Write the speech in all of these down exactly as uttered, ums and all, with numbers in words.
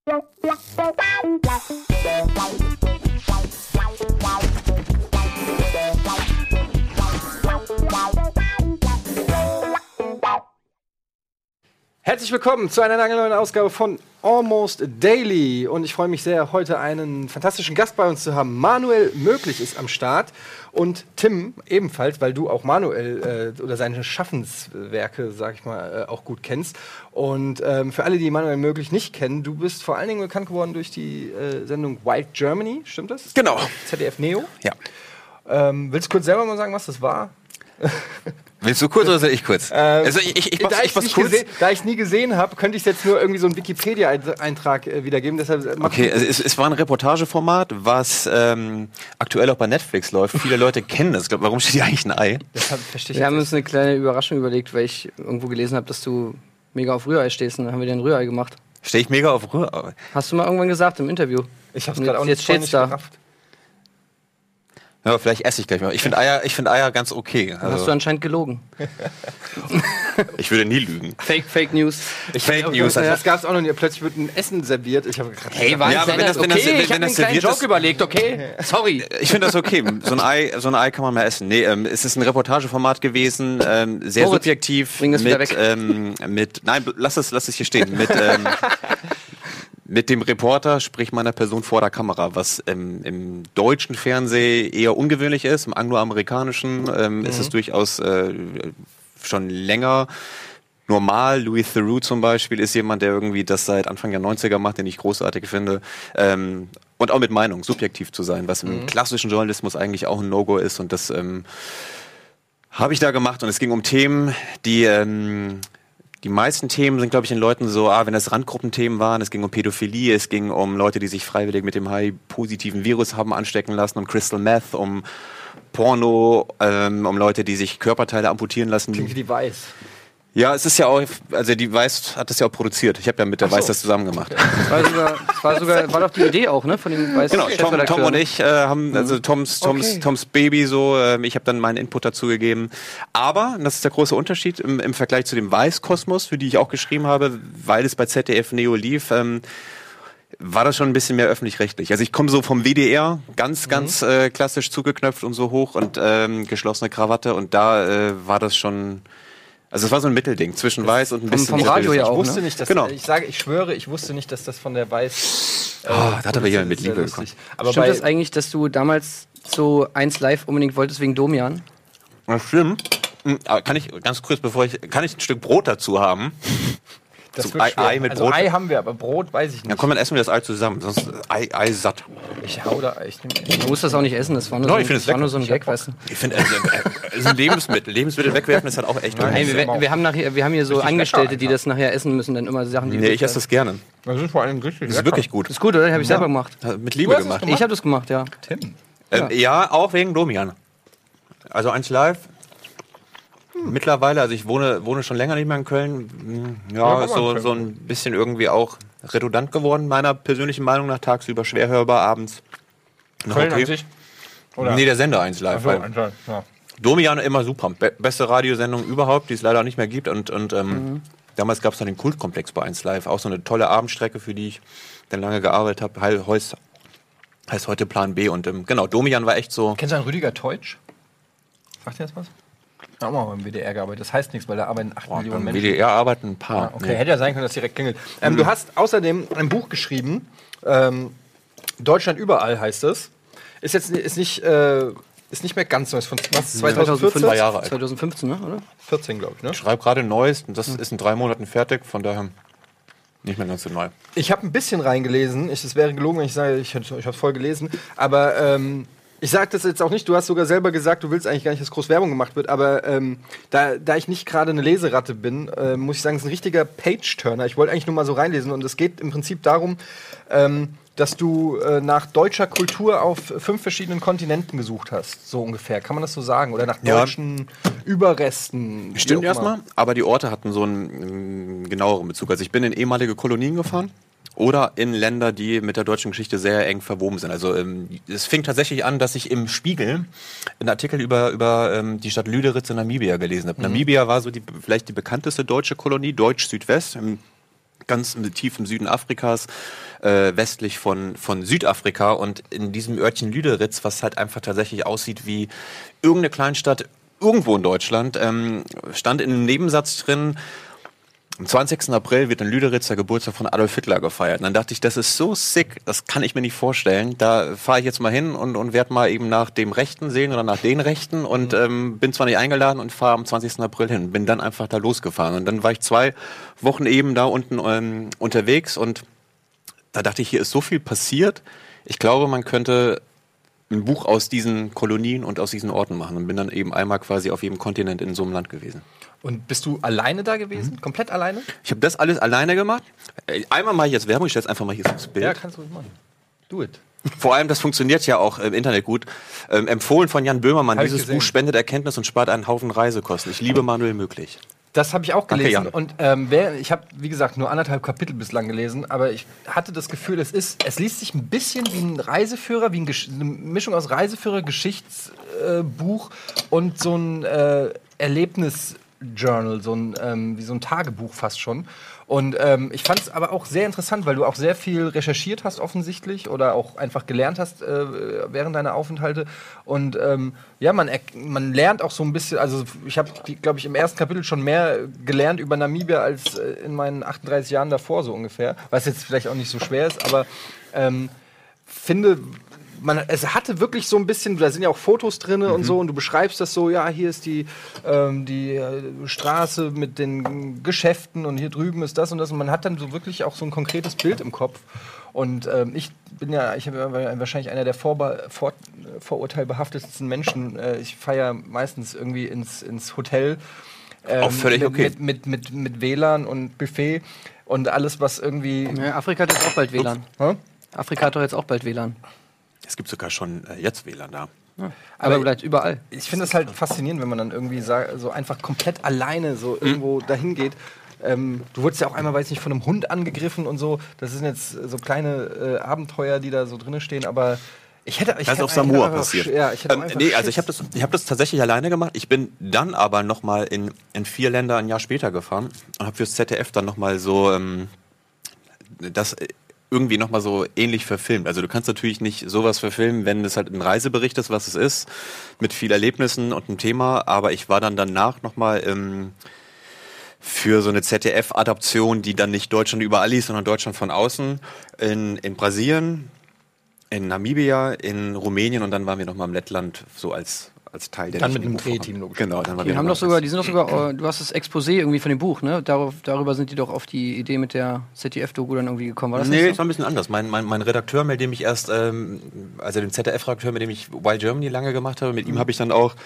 Herzlich willkommen zu einer neuen Ausgabe von Almost Daily. Und ich freue mich sehr, heute einen fantastischen Gast bei uns zu haben. Manuel Möglich ist am Start. Und Tim ebenfalls, weil du auch Manuel äh, oder seine Schaffenswerke, sag ich mal, äh, auch gut kennst. Und ähm, für alle, die Manuel Möglich nicht kennen, du bist vor allen Dingen bekannt geworden durch die äh, Sendung Wild Germany, stimmt das? Genau. Z D F Neo. Ja. Ähm, willst du kurz selber mal sagen, was das war? Willst du kurz oder soll ich kurz? Ähm, also ich, ich, ich mach's, da ich mach's kurz. Gesehen, da ich es nie gesehen habe, könnte ich jetzt nur irgendwie so einen Wikipedia-Eintrag äh, wiedergeben. Deshalb okay, also es, es war ein Reportageformat, was ähm, aktuell auch bei Netflix läuft. Viele Leute kennen das. Ich glaub, warum steht hier eigentlich ein Ei? Deshalb verstehe ich wir haben uns eine kleine Überraschung überlegt, weil ich irgendwo gelesen habe, dass du mega auf Rührei stehst. Und dann haben wir dir ein Rührei gemacht. Stehe ich mega auf Rührei? Hast du mal irgendwann gesagt im Interview. Ich hab's gerade auch nicht, jetzt steht's nicht da. gerafft. Ja, vielleicht esse ich gleich mal. Ich finde Eier, ich find Eier ganz okay. Also. Also, Hast du anscheinend gelogen. ich würde nie lügen. Fake, Fake News. Ich Fake News. Das, das gab's auch noch nie. Plötzlich wird ein Essen serviert. Ich habe gerade Hey, war ja, aber wenn das, wenn okay, das, wenn, ich wenn habe das einen kleinen Joke ist, überlegt, okay? Sorry. Ich finde das okay. So ein Ei, so ein Ei kann man mal essen. Nee, ähm, es ist ein Reportageformat gewesen, ähm, sehr Moritz, subjektiv. bring das mit, wieder weg. Ähm, mit, nein, lass es, lass es hier stehen. Mit, ähm, mit dem Reporter, sprich meiner Person vor der Kamera, was ähm, im deutschen Fernsehen eher ungewöhnlich ist. Im angloamerikanischen ähm, mhm. ist es durchaus äh, schon länger normal. Louis Theroux zum Beispiel ist jemand, der irgendwie das seit Anfang der neunziger macht, den ich großartig finde. Ähm, und auch mit Meinung, subjektiv zu sein, was im mhm. klassischen Journalismus eigentlich auch ein No-Go ist. Und das ähm, habe ich da gemacht. Und es ging um Themen, die... Ähm, Die meisten Themen sind, glaube ich, den Leuten so, ah, wenn das Randgruppenthemen waren, es ging um Pädophilie, es ging um Leute, die sich freiwillig mit dem H I V-positiven Virus haben anstecken lassen, um Crystal Meth, um Porno, ähm, um Leute, die sich Körperteile amputieren lassen. Klingt wie die Weiß. Ja, es ist ja auch, also die Weiß hat das ja auch produziert. Ich habe ja mit der Ach so. Weiß das zusammen gemacht. Das war sogar, das war sogar, war doch die Idee auch, ne, von dem Weiß. Genau, Tom, Tom und ich äh, haben, also Toms, Toms, Okay. Toms Baby so, äh, ich habe dann meinen Input dazu gegeben. Aber, und das ist der große Unterschied im, im Vergleich zu dem Weiß-Kosmos, für die ich auch geschrieben habe, weil es bei Z D F Neo lief, ähm, war das schon ein bisschen mehr öffentlich-rechtlich. Also ich komme so vom W D R, ganz, mhm. ganz äh, klassisch zugeknöpft und so hoch und ähm, geschlossene Krawatte und da äh, war das schon... Also es war so ein Mittelding zwischen Weiß und ein bisschen... vom Radio ja Ich auch, wusste ne? nicht, dass, Genau. ich sage, ich schwöre, ich wusste nicht, dass das von der Weiß... Äh, Oh, da hat aber jemand mit ist sehr Liebe lustig. gekommen. Aber Stimmt bei, das eigentlich, dass du damals so eins live unbedingt wolltest wegen Domian? Das stimmt. Hm, aber kann ich, ganz kurz, bevor ich... Kann ich ein Stück Brot dazu haben? das so wird Ei- schwer. Ei mit also Brot. Ei haben wir, aber Brot weiß ich nicht. Dann komm, dann essen wir das Ei zusammen, sonst Ei, Ei satt. Ich hau da... Ich nehm, Du musst das auch nicht essen, das war nur, No, so, ich find das es war lecker. nur so ein Ich Gag, hab weißt du? Ich finde, also, äh, ist ein Lebensmittel. Lebensmittel wegwerfen ist halt auch echt Nein, Nein, unheimlich. wir, wir, haben nachher, wir haben hier so Richtig Angestellte, lecker die das nachher essen müssen, dann immer Sachen, die... Nee, ich esse das gerne. das ist vor allem richtig Das ist wirklich gut. ist gut, oder? Habe ich selber gemacht. Mit Liebe Du hast es gemacht. gemacht? Ich habe das gemacht, ja. Tim. Ähm, ja, auch wegen Domian. Also eins live. Mittlerweile, also ich wohne, wohne schon länger nicht mehr in Köln. Hm, Ja, Ja, ist kann so, man in so ein bisschen irgendwie auch redundant geworden, meiner persönlichen Meinung nach. Tagsüber schwer hörbar, abends noch Köln okay. an sich? Oder? Nee, der Sender eins Ach live. so, weil anscheinend, ja. Domian immer super. Be beste Radiosendung überhaupt, die es leider auch nicht mehr gibt. Und, und ähm, Mhm. damals gab es noch den Kultkomplex bei eins live. Auch so eine tolle Abendstrecke, für die ich dann lange gearbeitet habe. Heil, Heus, heißt heute Plan B. Und ähm, genau, Domian war echt so... Kennst du einen Rüdiger Teutsch? Sagt dir das was? Ja, auch mal beim W D R gearbeitet. Das heißt nichts, weil da arbeiten acht Boah, Millionen beim Menschen. W D R arbeiten ein paar. Ah, okay, Nee. hätte ja sein können, dass direkt klingelt. Ähm, Du hast außerdem ein Buch geschrieben. Ähm, Deutschland überall heißt es. Ist jetzt ist nicht, äh, ist nicht mehr ganz neu. Ist von was, zweitausendvierzehn? Zwei Jahre alt. zweitausendfünfzehn, ne, oder? vierzehn, glaube ich. Ne? Ich schreibe gerade Neues und das ist in drei Monaten fertig, von daher nicht mehr ganz so neu. Ich habe ein bisschen reingelesen. Ich, es wäre gelogen, wenn ich sage, ich, ich habe voll gelesen. Aber ähm, ich sage das jetzt auch nicht. Du hast sogar selber gesagt, du willst eigentlich gar nicht, dass groß Werbung gemacht wird. Aber ähm, da, da ich nicht gerade eine Leseratte bin, äh, muss ich sagen, es ist ein richtiger Page-Turner. Ich wollte eigentlich nur mal so reinlesen. Und es geht im Prinzip darum, ähm, dass du äh, nach deutscher Kultur auf fünf verschiedenen Kontinenten gesucht hast. So ungefähr. Kann man das so sagen? Oder nach Ja. deutschen Überresten. wie Stimmt auch immer. erstmal, aber die Orte hatten so einen mm, genaueren Bezug. Also ich bin in ehemalige Kolonien gefahren oder in Länder, die mit der deutschen Geschichte sehr eng verwoben sind. Also ähm, es fing tatsächlich an, dass ich im Spiegel einen Artikel über, über ähm, die Stadt Lüderitz in Namibia gelesen habe. Mhm. Namibia war so die, vielleicht die bekannteste deutsche Kolonie, Deutsch-Südwest, im ganz tief im Süden Afrikas, äh, westlich von, von Südafrika. Und in diesem Örtchen Lüderitz, was halt einfach tatsächlich aussieht wie irgendeine Kleinstadt irgendwo in Deutschland, ähm, stand in einem Nebensatz drin, am zwanzigsten April wird in Lüderitz der Geburtstag von Adolf Hitler gefeiert. Und dann dachte ich, das ist so sick, das kann ich mir nicht vorstellen. Da fahre ich jetzt mal hin und, und werde mal eben nach dem Rechten sehen oder nach den Rechten und ähm, bin zwar nicht eingeladen und fahre am zwanzigsten April hin. Bin dann einfach da losgefahren. Und dann war ich zwei Wochen eben da unten ähm, unterwegs und da dachte ich, hier ist so viel passiert. Ich glaube, man könnte ein Buch aus diesen Kolonien und aus diesen Orten machen und bin dann eben einmal quasi auf jedem Kontinent in so einem Land gewesen. Und bist du alleine da gewesen? Mhm. Komplett alleine? Ich habe das alles alleine gemacht. Einmal mache ich jetzt Werbung, ich stelle einfach mal hier ins Bild. Ja, kannst du machen. Do it. Vor allem, das funktioniert ja auch im Internet gut. Ähm, empfohlen von Jan Böhmermann, hab dieses Buch spendet Erkenntnis und spart einen Haufen Reisekosten. Ich liebe Manuel Möglich. Das habe ich auch gelesen. Danke, und ähm, wer, ich habe, wie gesagt, nur anderthalb Kapitel bislang gelesen, aber ich hatte das Gefühl, es ist, es liest sich ein bisschen wie ein Reiseführer, wie ein Gesch- eine Mischung aus Reiseführer, Geschichtsbuch äh, und so ein äh, Erlebnisjournal, so ein, ähm, wie so ein Tagebuch fast schon. Und ähm, ich fand es aber auch sehr interessant, weil du auch sehr viel recherchiert hast offensichtlich oder auch einfach gelernt hast äh, während deiner Aufenthalte. Und ähm, ja, man, er- man lernt auch so ein bisschen, also ich habe, glaube ich, im ersten Kapitel schon mehr gelernt über Namibia als äh, in meinen achtunddreißig Jahren davor so ungefähr. Was jetzt vielleicht auch nicht so schwer ist, aber ähm, finde... Man, es hatte wirklich so ein bisschen, da sind ja auch Fotos drin mhm. und so, und du beschreibst das so, ja, hier ist die, ähm, die äh, Straße mit den Geschäften und hier drüben ist das und das, und man hat dann so wirklich auch so ein konkretes Bild im Kopf. Und ähm, ich bin ja, ich habe wahrscheinlich einer der vorbe- vor, vorurteilbehaftetsten Menschen. Äh, ich feiere meistens irgendwie ins, ins Hotel. Ähm, auch völlig mit, okay. Mit, mit, mit, mit W L A N und Buffet und alles, was irgendwie... Ja, Afrika hat jetzt auch bald W L A N. Hm? Afrika hat doch jetzt auch bald W L A N. Es gibt sogar schon äh, jetzt W L A N da. Ja. Aber bleibt überall. Ich finde es halt faszinierend, wenn man dann irgendwie sa- so einfach komplett alleine so irgendwo mhm. dahin geht. Ähm, du wurdest ja auch einmal, weiß ich nicht, von einem Hund angegriffen und so. Das sind jetzt so kleine äh, Abenteuer, die da so drin stehen, aber ich hätte... Ich das ist auf Samoa passiert. Sch- ja, ich hätte ähm, nee, also ich habe das, ich hab das tatsächlich alleine gemacht. Ich bin dann aber nochmal in, in vier Länder ein Jahr später gefahren und habe fürs Z D F dann nochmal so ähm, das... irgendwie nochmal so ähnlich verfilmt. Also du kannst natürlich nicht sowas verfilmen, wenn es halt ein Reisebericht ist, was es ist, mit viel Erlebnissen und einem Thema, aber ich war dann danach nochmal ähm, für so eine Z D F-Adaption, die dann nicht Deutschland überall ist, sondern Deutschland von außen, in, in Brasilien, in Namibia, in Rumänien und dann waren wir nochmal im Lettland so als als Teil der dann mit einem Drehteam logisch. Genau, dann waren die wir haben doch sogar, die sind doch sogar, du hast das Exposé irgendwie von dem Buch, ne? Darauf, darüber sind die doch auf die Idee mit der Z D F-Doku dann irgendwie gekommen. War das nee, nicht so? das war ein bisschen anders. Mein, mein, mein Redakteur, mit dem ich erst, ähm, also den Z D F-Redakteur, mit dem ich Wild Germany lange gemacht habe, mit mhm. ihm habe ich dann auch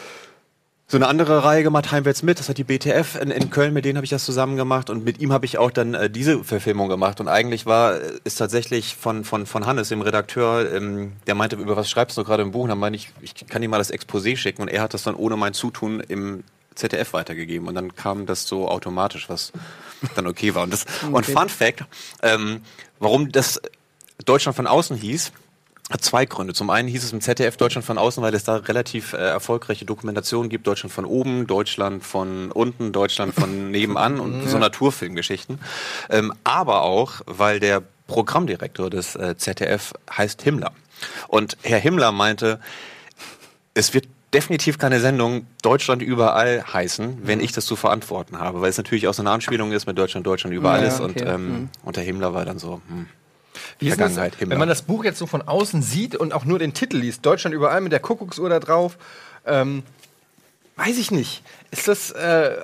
so eine andere Reihe gemacht, Heimwärts mit, das hat die B T F in, in Köln, mit denen habe ich das zusammen gemacht und mit ihm habe ich auch dann äh, diese Verfilmung gemacht und eigentlich war, ist tatsächlich von, von, von Hannes, dem Redakteur, ähm, der meinte, über was schreibst du gerade im Buch? Und dann meinte ich, ich kann ihm mal das Exposé schicken und er hat das dann ohne mein Zutun im Z D F weitergegeben und dann kam das so automatisch, was dann okay war. Und, das, okay. und Fun Fact, ähm, warum das Deutschland von außen hieß, hat zwei Gründe. Zum einen hieß es im Z D F Deutschland von außen, weil es da relativ äh, erfolgreiche Dokumentationen gibt. Deutschland von oben, Deutschland von unten, Deutschland von nebenan und ja. so Naturfilmgeschichten. Ähm, aber auch, weil der Programmdirektor des äh, Z D F heißt Himmler. Und Herr Himmler meinte, es wird definitiv keine Sendung Deutschland überall heißen, wenn ich das zu verantworten habe. Weil es natürlich auch so eine Anspielung ist mit Deutschland, Deutschland überall ja, ist. Okay. Und, ähm, mhm. und Herr Himmler war dann so... Hm. Wie ist das, wenn man das Buch jetzt so von außen sieht und auch nur den Titel liest, Deutschland überall mit der Kuckucksuhr da drauf, ähm, weiß ich nicht. Ist das, äh,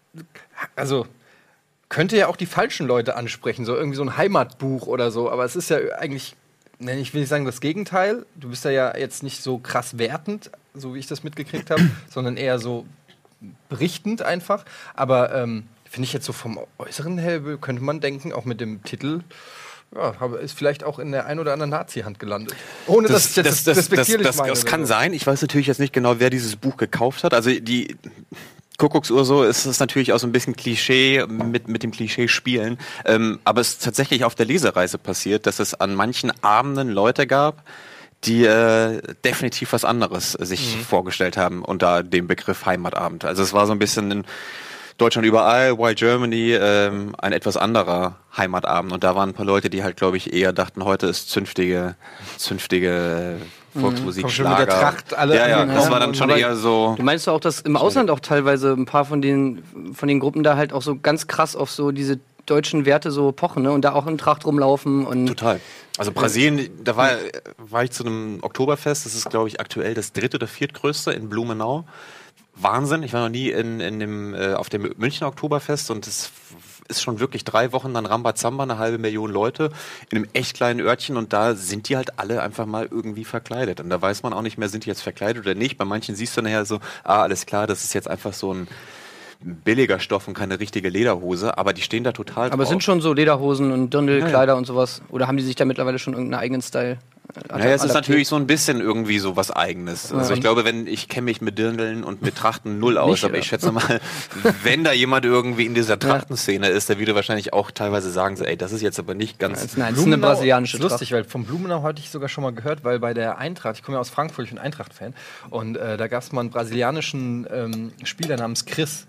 also, könnte ja auch die falschen Leute ansprechen, so irgendwie so ein Heimatbuch oder so, aber es ist ja eigentlich, ne, ich will nicht sagen das Gegenteil, du bist ja, ja jetzt nicht so krass wertend, so wie ich das mitgekriegt habe, sondern eher so berichtend einfach, aber ähm, finde ich jetzt so vom Äußeren her, könnte man denken, auch mit dem Titel, ja, ist vielleicht auch in der ein oder anderen Nazi-Hand gelandet. Ohne das, dass ich jetzt das, das, respektierlich das, das, meine. Das kann so. sein. Ich weiß natürlich jetzt nicht genau, wer dieses Buch gekauft hat. Also die Kuckucksuhr so ist es natürlich auch so ein bisschen Klischee mit, mit dem Klischee spielen. Ähm, aber es ist tatsächlich auf der Lesereise passiert, dass es an manchen Abenden Leute gab, die äh, definitiv was anderes sich mhm. vorgestellt haben unter dem Begriff Heimatabend. Also es war so ein bisschen ein Deutschland überall, Wild Germany, ähm, ein etwas anderer Heimatabend. Und da waren ein paar Leute, die halt, glaube ich, eher dachten, heute ist zünftige, zünftige Volksmusik, Kommt schon Schlager. mit der Tracht alle ja, ja, angekommen das war dann und- schon aber eher so... Du meinst doch auch, dass im Ausland auch teilweise ein paar von den, von den Gruppen da halt auch so ganz krass auf so diese deutschen Werte so pochen, ne? Und da auch in Tracht rumlaufen und Total. Also Brasilien, da war, war ich zu einem Oktoberfest, das ist, glaube ich, aktuell das dritte oder viertgrößte in Blumenau. Wahnsinn, ich war noch nie in, in dem, äh, auf dem Münchner Oktoberfest und es ist schon wirklich drei Wochen dann Rambazamba, eine halbe Million Leute in einem echt kleinen Örtchen und da sind die halt alle einfach mal irgendwie verkleidet. Und da weiß man auch nicht mehr, sind die jetzt verkleidet oder nicht. Bei manchen siehst du nachher so, ah, alles klar, das ist jetzt einfach so ein billiger Stoff und keine richtige Lederhose, aber die stehen da total aber drauf. es sind schon so Lederhosen und Dirndlkleider Ja, ja. und sowas. Oder haben die sich da mittlerweile schon irgendeinen eigenen Style? äh, Naja, es ist adaptiert? natürlich so ein bisschen irgendwie so was Eigenes. Also ich glaube, wenn ich kenne mich mit Dirndeln und mit Trachten null aus, Nicht, aber ja. ich schätze mal, wenn da jemand irgendwie in dieser Trachtenszene ist, der würde wahrscheinlich auch teilweise sagen, so, ey, das ist jetzt aber nicht ganz... Nein, das ist eine brasilianische ist lustig, weil vom Blumenau hatte ich sogar schon mal gehört, weil bei der Eintracht, ich komme ja aus Frankfurt, ich bin Eintracht-Fan, und äh, da gab es mal einen brasilianischen ähm, Spieler namens Chris.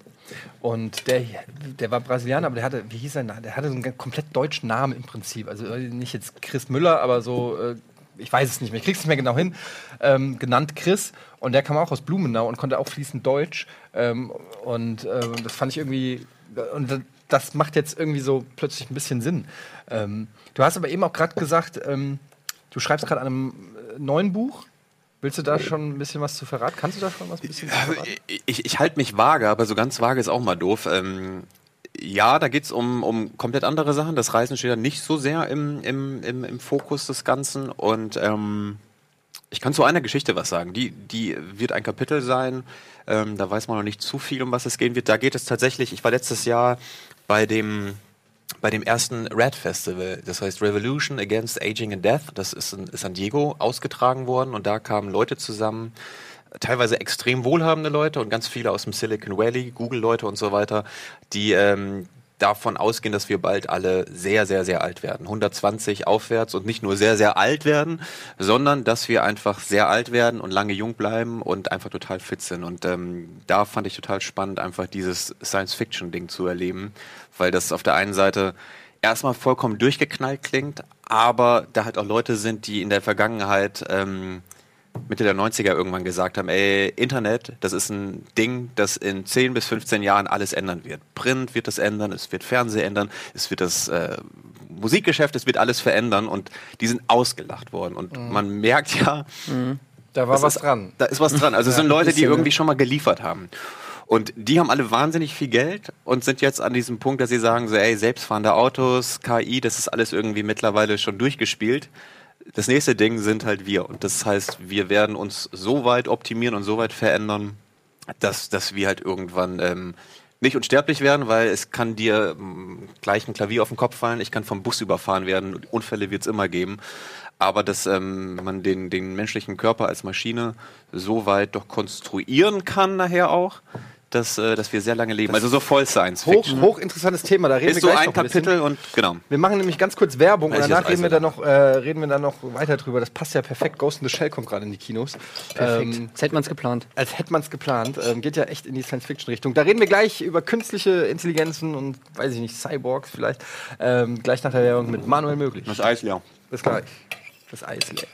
Und der, der war Brasilianer, aber der hatte, wie hieß er, der hatte so einen komplett deutschen Namen im Prinzip. Also äh, nicht jetzt Chris Müller, aber so, äh, ich weiß es nicht mehr, ich krieg's nicht mehr genau hin, ähm, genannt Chris. Und der kam auch aus Blumenau und konnte auch fließend Deutsch. Ähm, und äh, das fand ich irgendwie, und das macht jetzt irgendwie so plötzlich ein bisschen Sinn. Ähm, du hast aber eben auch gerade gesagt, ähm, du schreibst gerade an einem äh, neuen Buch. Willst du da schon ein bisschen was zu verraten? Kannst du da schon was ein bisschen zu verraten? Ich, ich, ich halte mich vage, aber so ganz vage ist auch mal doof. Ähm, ja, da geht's um, um komplett andere Sachen. Das Reisen steht ja nicht so sehr im, im, im, im Fokus des Ganzen. Und ähm, ich kann zu einer Geschichte was sagen. Die, die wird ein Kapitel sein. Ähm, da weiß man noch nicht zu viel, um was es gehen wird. Da geht es tatsächlich, ich war letztes Jahr bei dem... bei dem ersten Red Festival, das heißt Revolution Against Aging and Death, das ist in San Diego ausgetragen worden und da kamen Leute zusammen, teilweise extrem wohlhabende Leute und ganz viele aus dem Silicon Valley, Google-Leute und so weiter, die ähm, davon ausgehen, dass wir bald alle sehr, sehr, sehr alt werden. hundertzwanzig aufwärts und nicht nur sehr, sehr alt werden, sondern dass wir einfach sehr alt werden und lange jung bleiben und einfach total fit sind. Und ähm, da fand ich total spannend, einfach dieses Science-Fiction-Ding zu erleben, weil das auf der einen Seite erstmal vollkommen durchgeknallt klingt, aber da halt auch Leute sind, die in der Vergangenheit ähm, Mitte der neunziger irgendwann gesagt haben, ey, Internet, das ist ein Ding, das in zehn bis fünfzehn Jahren alles ändern wird. Print wird das ändern, es wird Fernsehen ändern, es wird das äh, Musikgeschäft, es wird alles verändern und die sind ausgelacht worden. Und mhm. man merkt ja, Mhm. Da war was ist, dran. Da ist was dran. Also es Ja, sind Leute, die bisschen, irgendwie ne? schon mal geliefert haben. Und die haben alle wahnsinnig viel Geld und sind jetzt an diesem Punkt, dass sie sagen, so, ey, selbstfahrende Autos, K I, das ist alles irgendwie mittlerweile schon durchgespielt. Das nächste Ding sind halt wir. Und das heißt, wir werden uns so weit optimieren und so weit verändern, dass, dass wir halt irgendwann ähm, nicht unsterblich werden, weil es kann dir ähm, gleich ein Klavier auf den Kopf fallen, ich kann vom Bus überfahren werden, Unfälle wird es immer geben. Aber dass ähm, man den, den menschlichen Körper als Maschine so weit doch konstruieren kann nachher auch, dass, äh, dass wir sehr lange leben. Das also so voll Science Hoch, Fiction. hochinteressantes Thema, da reden Ist wir so gleich ein noch ein bisschen. Kapitel und genau. Wir machen nämlich ganz kurz Werbung und Ja, ich danach esse reden wir, Eis, dann noch, äh, reden wir dann noch weiter drüber. Das passt ja perfekt. Ghost in the Shell kommt gerade in die Kinos. Perfekt. Ähm, Jetzt hätte man es geplant. als hätte man es geplant. Ähm, geht ja echt in die Science-Fiction-Richtung. Da reden wir gleich über künstliche Intelligenzen und, weiß ich nicht, Cyborgs vielleicht. Ähm, gleich nach der Werbung mit Manuel Möglich. Das Eis leer. Bis gleich. Das Eis leer.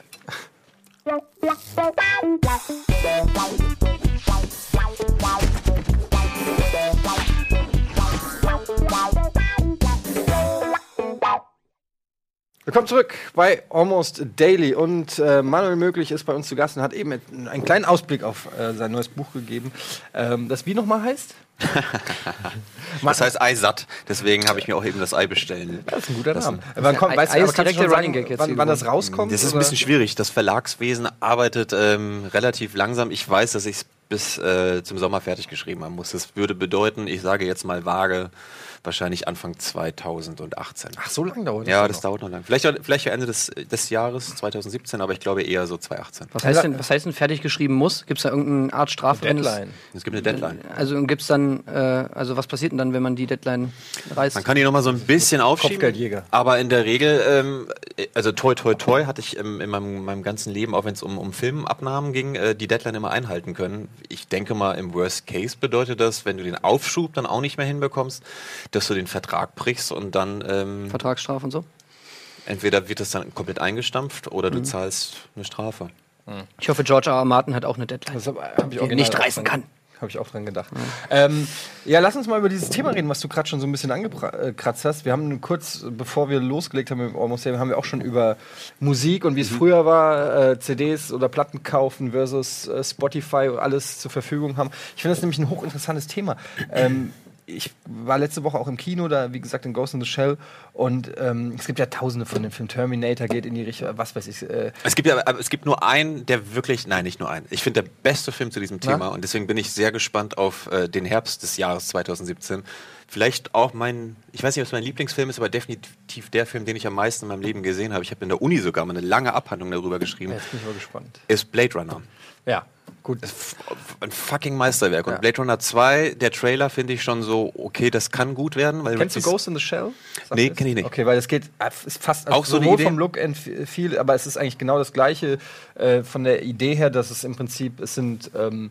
Willkommen zurück bei Almost Daily und äh, Manuel Möglich ist bei uns zu Gast und hat eben einen kleinen Ausblick auf äh, sein neues Buch gegeben, ähm, das wie nochmal heißt? Das heißt Ei satt, deswegen habe ich mir auch eben das Ei bestellen. Das ist ein guter lassen. Name. Wann kommt, Ei- weißt Ei du, ist aber kannst direkt du schon der Running sagen, Gag jetzt wann, hier wann das geworden. rauskommt? Das ist ein oder? bisschen schwierig. Das Verlagswesen arbeitet ähm, relativ langsam. Ich weiß, dass ich es bis äh, zum Sommer fertig geschrieben haben muss. Das würde bedeuten, ich sage jetzt mal vage, wahrscheinlich Anfang zweitausendachtzehn. Ach, so lange dauert das? Ja, das noch. dauert noch lang. Vielleicht, vielleicht Ende des, des Jahres zweitausendsiebzehn, aber ich glaube eher so zweitausendachtzehn. Was heißt denn, was heißt denn fertig geschrieben muss? Gibt es da irgendeine Art Strafe? Deadline. Es gibt eine Deadline. Also gibt es dann, äh, also was passiert denn dann, wenn man die Deadline reißt? Man kann die nochmal so ein bisschen aufschieben. Kopfgeldjäger. Aber in der Regel, ähm, also toi toi toi, hatte ich ähm, in meinem, meinem ganzen Leben, auch wenn es um, um Filmabnahmen ging, äh, die Deadline immer einhalten können. Ich denke mal, im Worst Case bedeutet das, wenn du den Aufschub dann auch nicht mehr hinbekommst, dass du den Vertrag brichst und dann ähm, Vertragsstrafe und so? Entweder wird das dann komplett eingestampft oder du mhm. zahlst eine Strafe. Ich hoffe, George R. R. Martin hat auch eine Deadline, das hab, hab ich die er nicht reißen kann. Habe ich auch dran gedacht. Ja. Ähm, ja, lass uns mal über dieses Thema reden, was du gerade schon so ein bisschen angekratzt hast. Wir haben kurz, bevor wir losgelegt haben mit dem Almost There, haben wir auch schon über Musik und wie es mhm. früher war, äh, C Ds oder Platten kaufen versus äh, Spotify und alles zur Verfügung haben. Ich finde das nämlich ein hochinteressantes Thema. Ähm, ich war letzte Woche auch im Kino, da wie gesagt in Ghost in the Shell und ähm, es gibt ja tausende von dem Film. Terminator geht in die Richtung, was weiß ich. Äh es gibt ja, aber es gibt nur einen, der wirklich, nein, nicht nur einen. Ich finde der beste Film zu diesem Thema. Na? Und deswegen bin ich sehr gespannt auf äh, den Herbst des Jahres zweitausendsiebzehn. Vielleicht auch mein, ich weiß nicht, ob es mein Lieblingsfilm ist, aber definitiv der Film, den ich am meisten in meinem Leben gesehen habe. Ich habe in der Uni sogar mal eine lange Abhandlung darüber geschrieben. Jetzt bin ich mal gespannt. Ist Blade Runner. Ja. Gut. Ein fucking Meisterwerk. Ja. Und Blade Runner zwei, der Trailer finde ich schon so, okay, das kann gut werden. Weil Kennst du Ghost in the Shell? Sag nee, kenne ich nicht. Okay, weil es geht, ist fast also auch so eine Idee vom Look and viel, aber es ist eigentlich genau das Gleiche äh, von der Idee her, dass es im Prinzip, es sind ähm,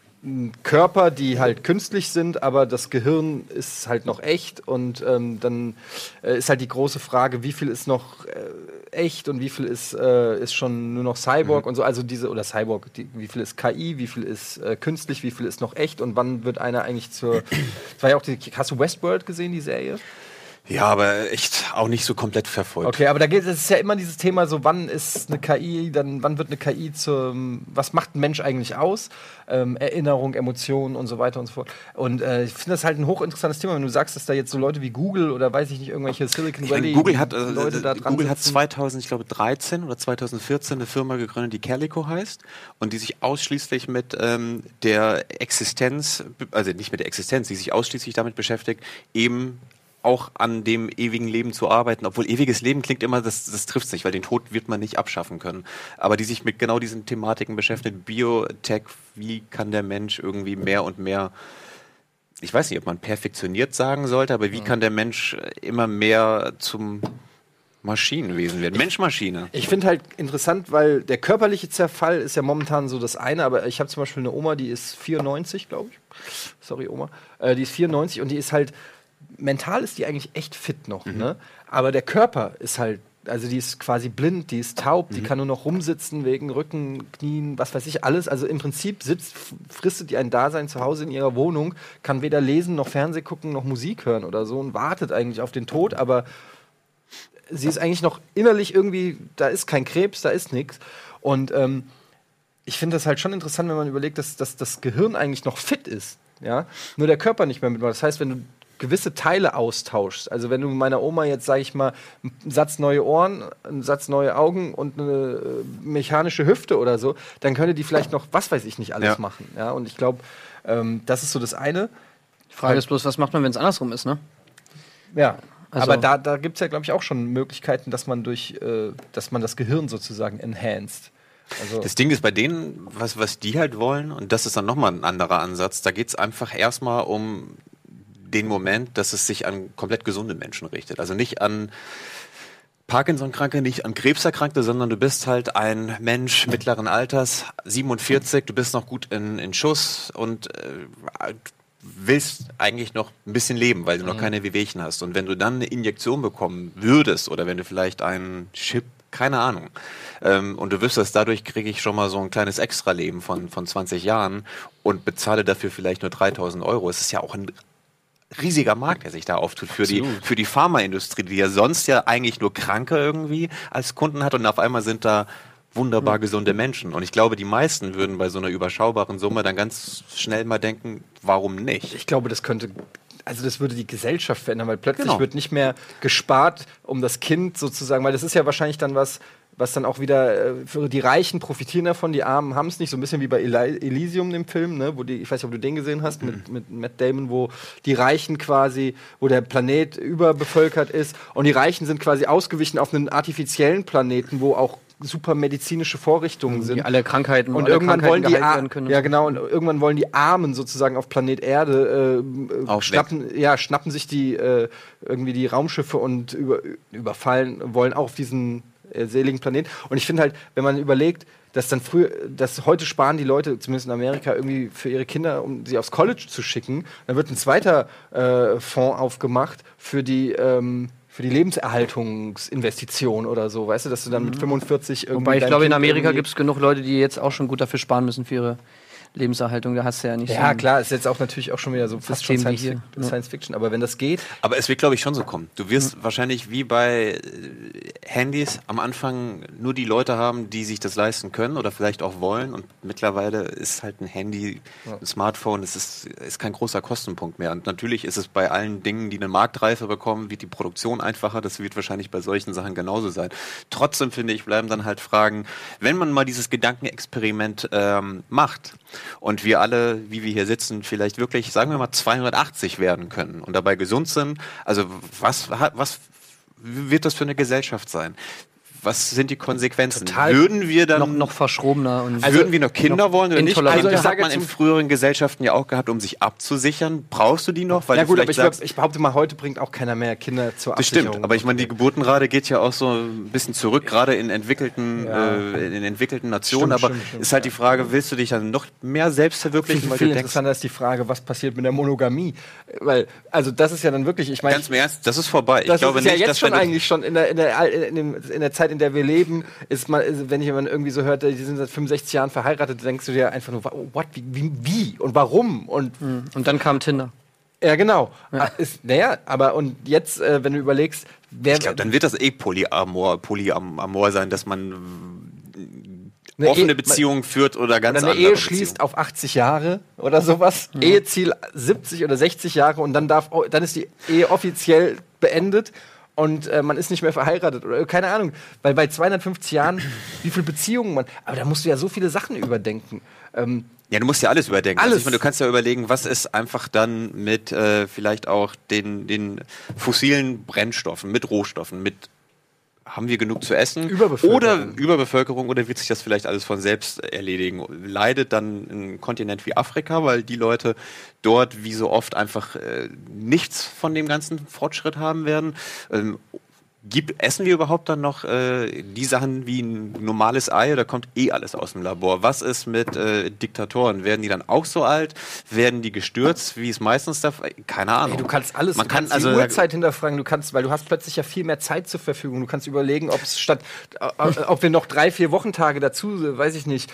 Körper, die halt künstlich sind, aber das Gehirn ist halt noch echt und ähm, dann äh, ist halt die große Frage, wie viel ist noch äh, echt und wie viel ist, äh, ist schon nur noch Cyborg mhm. und so, also diese, oder Cyborg, die, wie viel ist K I, wie viel ist äh, künstlich, wie viel ist noch echt und wann wird einer eigentlich zur, das war ja auch die, hast du Westworld gesehen, die Serie? Ja, aber echt auch nicht so komplett verfolgt. Okay, aber da geht es ist ja immer dieses Thema so, wann ist eine K I, dann wann wird eine K I zum, was macht ein Mensch eigentlich aus? Ähm, Erinnerung, Emotionen und so weiter und so fort. Und äh, ich finde das halt ein hochinteressantes Thema, wenn du sagst, dass da jetzt so Leute wie Google oder weiß ich nicht, irgendwelche Silicon ich Valley meine, Google hat, äh, Leute da dran Google hat sitzen. zweitausend, ich glaube dreizehn oder zweitausendvierzehn eine Firma gegründet, die Calico heißt und die sich ausschließlich mit ähm, der Existenz, also nicht mit der Existenz, die sich ausschließlich damit beschäftigt, eben auch an dem ewigen Leben zu arbeiten, obwohl ewiges Leben klingt immer, das, das trifft es nicht, weil den Tod wird man nicht abschaffen können. Aber die sich mit genau diesen Thematiken beschäftigt, Biotech, wie kann der Mensch irgendwie mehr und mehr, ich weiß nicht, ob man perfektioniert sagen sollte, aber wie kann der Mensch immer mehr zum Maschinenwesen werden, Mensch-Maschine. Ich finde halt interessant, weil der körperliche Zerfall ist ja momentan so das eine, aber ich habe zum Beispiel eine Oma, die ist vierundneunzig, glaube ich. Sorry, Oma. Äh, die ist vierundneunzig und die ist halt mental ist die eigentlich echt fit noch, mhm. ne? Aber der Körper ist halt, also die ist quasi blind, die ist taub, mhm. die kann nur noch rumsitzen wegen Rücken, Knien, was weiß ich, alles. Also im Prinzip sitzt, fristet die ein Dasein zu Hause in ihrer Wohnung, kann weder lesen, noch Fernsehen gucken, noch Musik hören oder so und wartet eigentlich auf den Tod, aber sie ist eigentlich noch innerlich irgendwie, da ist kein Krebs, da ist nichts. Und ähm, ich finde das halt schon interessant, wenn man überlegt, dass, dass das Gehirn eigentlich noch fit ist, ja? Nur der Körper nicht mehr mitmacht. Das heißt, wenn du gewisse Teile austauschst. Also wenn du meiner Oma jetzt, sage ich mal, einen Satz neue Ohren, einen Satz neue Augen und eine äh, mechanische Hüfte oder so, dann könnte die vielleicht noch, was weiß ich nicht, alles ja. machen. Ja? Und ich glaube, ähm, das ist so das eine. Die Frage ist bloß, was macht man, wenn es andersrum ist, ne? Ja, also aber da, da gibt es ja, glaube ich, auch schon Möglichkeiten, dass man durch, äh, dass man das Gehirn sozusagen enhanced. Also das Ding ist bei denen, was, was die halt wollen, und das ist dann nochmal ein anderer Ansatz, da geht es einfach erstmal um den Moment, dass es sich an komplett gesunde Menschen richtet. Also nicht an Parkinson-Kranke, nicht an Krebserkrankte, sondern du bist halt ein Mensch mittleren Alters, siebenundvierzig, du bist noch gut in, in Schuss und äh, willst eigentlich noch ein bisschen leben, weil du noch keine Wehwehchen hast. Und wenn du dann eine Injektion bekommen würdest oder wenn du vielleicht einen Chip, keine Ahnung, ähm, und du wüsstest, dadurch kriege ich schon mal so ein kleines Extraleben von, von zwanzig Jahren und bezahle dafür vielleicht nur dreitausend Euro. Es ist ja auch ein riesiger Markt, der sich da auftut für die, für die Pharmaindustrie, die ja sonst ja eigentlich nur Kranke irgendwie als Kunden hat und auf einmal sind da wunderbar mhm. gesunde Menschen. Und ich glaube, die meisten würden bei so einer überschaubaren Summe dann ganz schnell mal denken, warum nicht? Ich glaube, das könnte, also das würde die Gesellschaft verändern, weil plötzlich genau. wird nicht mehr gespart um das Kind sozusagen, weil das ist ja wahrscheinlich dann was, was dann auch wieder äh, für die Reichen profitieren davon, die Armen haben es nicht. So ein bisschen wie bei Eli Elysium, dem Film, ne? Wo die, ich weiß nicht, ob du den gesehen hast, mhm. mit, mit Matt Damon, wo die Reichen quasi, wo der Planet überbevölkert ist und die Reichen sind quasi ausgewichen auf einen artifiziellen Planeten, wo auch super medizinische Vorrichtungen sind. Die alle Krankheiten und irgendwann wollen die werden können. Ja, genau, und irgendwann wollen die Armen sozusagen auf Planet Erde äh, schnappen, ja, schnappen sich die äh, irgendwie die Raumschiffe und über, überfallen, wollen auch auf diesen äh, seligen Planeten. Und ich finde halt, wenn man überlegt, dass dann früher, dass heute sparen die Leute, zumindest in Amerika, irgendwie für ihre Kinder, um sie aufs College zu schicken, dann wird ein zweiter äh, Fonds aufgemacht für die ähm, für die Lebenserhaltungsinvestition oder so, weißt du, dass du dann mit fünfundvierzig irgendwie. Wobei ich glaube, in Amerika gibt es genug Leute, die jetzt auch schon gut dafür sparen müssen für ihre Lebenserhaltung. Da hast du ja nicht Ja, so klar, ist jetzt auch natürlich auch schon wieder so fast schon Science, Fic ja. Science Fiction, aber wenn das geht. Aber es wird, glaube ich, schon so kommen. Du wirst mhm. wahrscheinlich wie bei äh, Handys am Anfang nur die Leute haben, die sich das leisten können oder vielleicht auch wollen. Und mittlerweile ist halt ein Handy, ja. ein Smartphone, es ist, ist kein großer Kostenpunkt mehr. Und natürlich ist es bei allen Dingen, die eine Marktreife bekommen, wird die Produktion einfacher. Das wird wahrscheinlich bei solchen Sachen genauso sein. Trotzdem, finde ich, bleiben dann halt Fragen, wenn man mal dieses Gedankenexperiment ähm, macht, und wir alle, wie wir hier sitzen, vielleicht wirklich, sagen wir mal, zweihundertachtzig werden können und dabei gesund sind. Also was, was wird das für eine Gesellschaft sein? Was sind die Konsequenzen? Total würden wir dann noch, noch verschrobener und also würden wir noch Kinder noch wollen oder nicht? Also das hat man in früheren Gesellschaften ja auch gehabt, um sich abzusichern. Brauchst du die noch? Weil ja gut, aber ich, sagst, ich behaupte mal, heute bringt auch keiner mehr Kinder zur das Absicherung. Stimmt, aber ich meine, die Geburtenrate geht ja auch so ein bisschen zurück, gerade in entwickelten, ja. äh, in entwickelten Nationen. Stimmt, aber stimmt, stimmt, ist halt ja. die Frage, willst du dich dann noch mehr selbst verwirklichen? Viel, viel interessanter ist die Frage, was passiert mit der Monogamie? Weil, also das ist ja dann wirklich, ich meine... Ganz im Ernst, das ist vorbei. Das ich glaube ist nicht, ja jetzt dass schon eigentlich schon in der, in, der, in, dem, in der Zeit, in der wir leben, ist man, wenn jemand irgendwie so hört, die sind seit fünfundsechzig Jahren verheiratet, denkst du dir einfach nur, what, wie, wie, wie und warum? Und, und dann kam Tinder. Ja, genau. Ja. Ist, naja, aber und jetzt, äh, wenn du überlegst, wer. Ich glaube, dann wird das eh Polyamor, Polyamor sein, dass man eine offene e Beziehungen führt oder ganz oder eine andere Ehe Beziehungen. Schließt auf achtzig Jahre oder sowas. Mhm. Eheziel siebzig oder sechzig Jahre und dann darf, dann ist die Ehe offiziell beendet. Und äh, man ist nicht mehr verheiratet oder keine Ahnung. Weil bei zweihundertfünfzig Jahren, wie viele Beziehungen man. Aber da musst du ja so viele Sachen überdenken. Ähm, ja, du musst ja alles überdenken. Alles. Also ich meine, du kannst ja überlegen, was ist einfach dann mit äh, vielleicht auch den, den fossilen Brennstoffen, mit Rohstoffen, mit haben wir genug zu essen? Überbevölkerung. Oder Überbevölkerung, oder wird sich das vielleicht alles von selbst erledigen? Leidet dann ein Kontinent wie Afrika, weil die Leute dort wie so oft einfach äh, nichts von dem ganzen Fortschritt haben werden? Ähm, Gibt, essen wir überhaupt dann noch äh, die Sachen wie ein normales Ei oder kommt eh alles aus dem Labor? Was ist mit äh, Diktatoren? Werden die dann auch so alt? Werden die gestürzt, wie es meistens der Fall? Keine Ahnung. Ey, du kannst alles, Man du kann kannst also die Uhrzeit hinterfragen, du kannst, weil du hast plötzlich ja viel mehr Zeit zur Verfügung. Du kannst überlegen, ob es statt, äh, ob wir noch drei, vier Wochentage dazu, weiß ich nicht,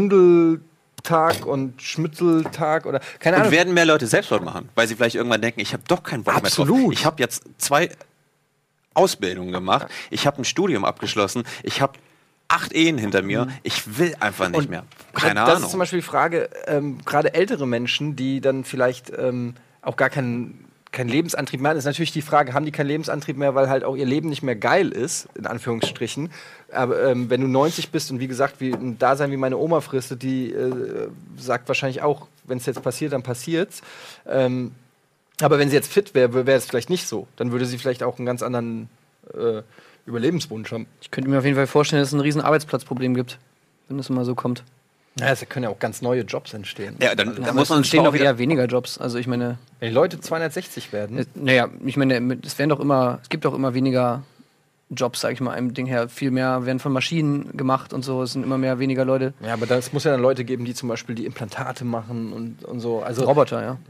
Gründel-Tag und Schmitteltag oder keine Ahnung. Und werden mehr Leute Selbstmord machen, weil sie vielleicht irgendwann denken, ich habe doch keinen Bock mehr drauf. Absolut. Ich habe jetzt zwei Ausbildung gemacht, ich habe ein Studium abgeschlossen, ich habe acht Ehen hinter mir, ich will einfach nicht und mehr. Keine das Ahnung. Das ist zum Beispiel die Frage, ähm, gerade ältere Menschen, die dann vielleicht ähm, auch gar keinen kein Lebensantrieb mehr haben, ist natürlich die Frage, haben die keinen Lebensantrieb mehr, weil halt auch ihr Leben nicht mehr geil ist, in Anführungsstrichen. Aber ähm, wenn du neunzig bist und wie gesagt, wie ein Dasein wie meine Oma fristet, die äh, sagt wahrscheinlich auch, wenn es jetzt passiert, dann passiert's. Ähm, Aber wenn sie jetzt fit wäre, wäre es vielleicht nicht so. Dann würde sie vielleicht auch einen ganz anderen äh, Überlebenswunsch haben. Ich könnte mir auf jeden Fall vorstellen, dass es ein riesen Arbeitsplatzproblem gibt, wenn das immer so kommt. Ja, es können ja auch ganz neue Jobs entstehen. Ja, dann, also, dann muss man entstehen auch eher weniger Jobs. Also ich meine, wenn die Leute zweihundertsechzig werden. Äh, naja, ich meine, es werden doch immer, es gibt doch immer weniger Jobs, sag ich mal, einem Ding her. Viel mehr werden von Maschinen gemacht und so. Es sind immer mehr weniger Leute. Ja, aber es muss ja dann Leute geben, die zum Beispiel die Implantate machen und, und so. Also Roboter, ja.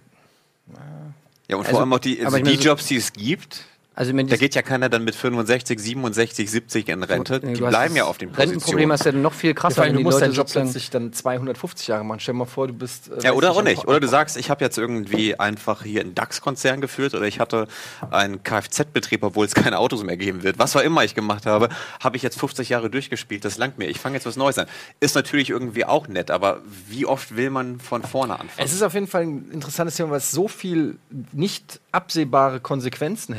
Ja, und also, vor allem auch die, also die meine, Jobs, die es gibt. Also, ich meine, da geht ja keiner dann mit fünfundsechzig, siebenundsechzig, siebzig in Rente. Nee, die bleiben ja auf den Positionen. Rentenproblem hast du ja noch viel krasser. Ja, du musst deinen Job sozusagen plötzlich dann zweihundertfünfzig Jahre machen. Stell dir mal vor, du bist... Äh, ja, oder auch nicht, nicht. Oder du sagst, ich habe jetzt irgendwie einfach hier einen DAX-Konzern geführt oder ich hatte einen Kfz-Betrieb, obwohl es keine Autos mehr geben wird. Was auch immer ich gemacht habe, habe ich jetzt fünfzig Jahre durchgespielt. Das langt mir. Ich fange jetzt was Neues an. Ist natürlich irgendwie auch nett, aber wie oft will man von vorne anfangen? Es ist auf jeden Fall ein interessantes Thema, weil es so viel nicht absehbare Konsequenzen hätte. Vor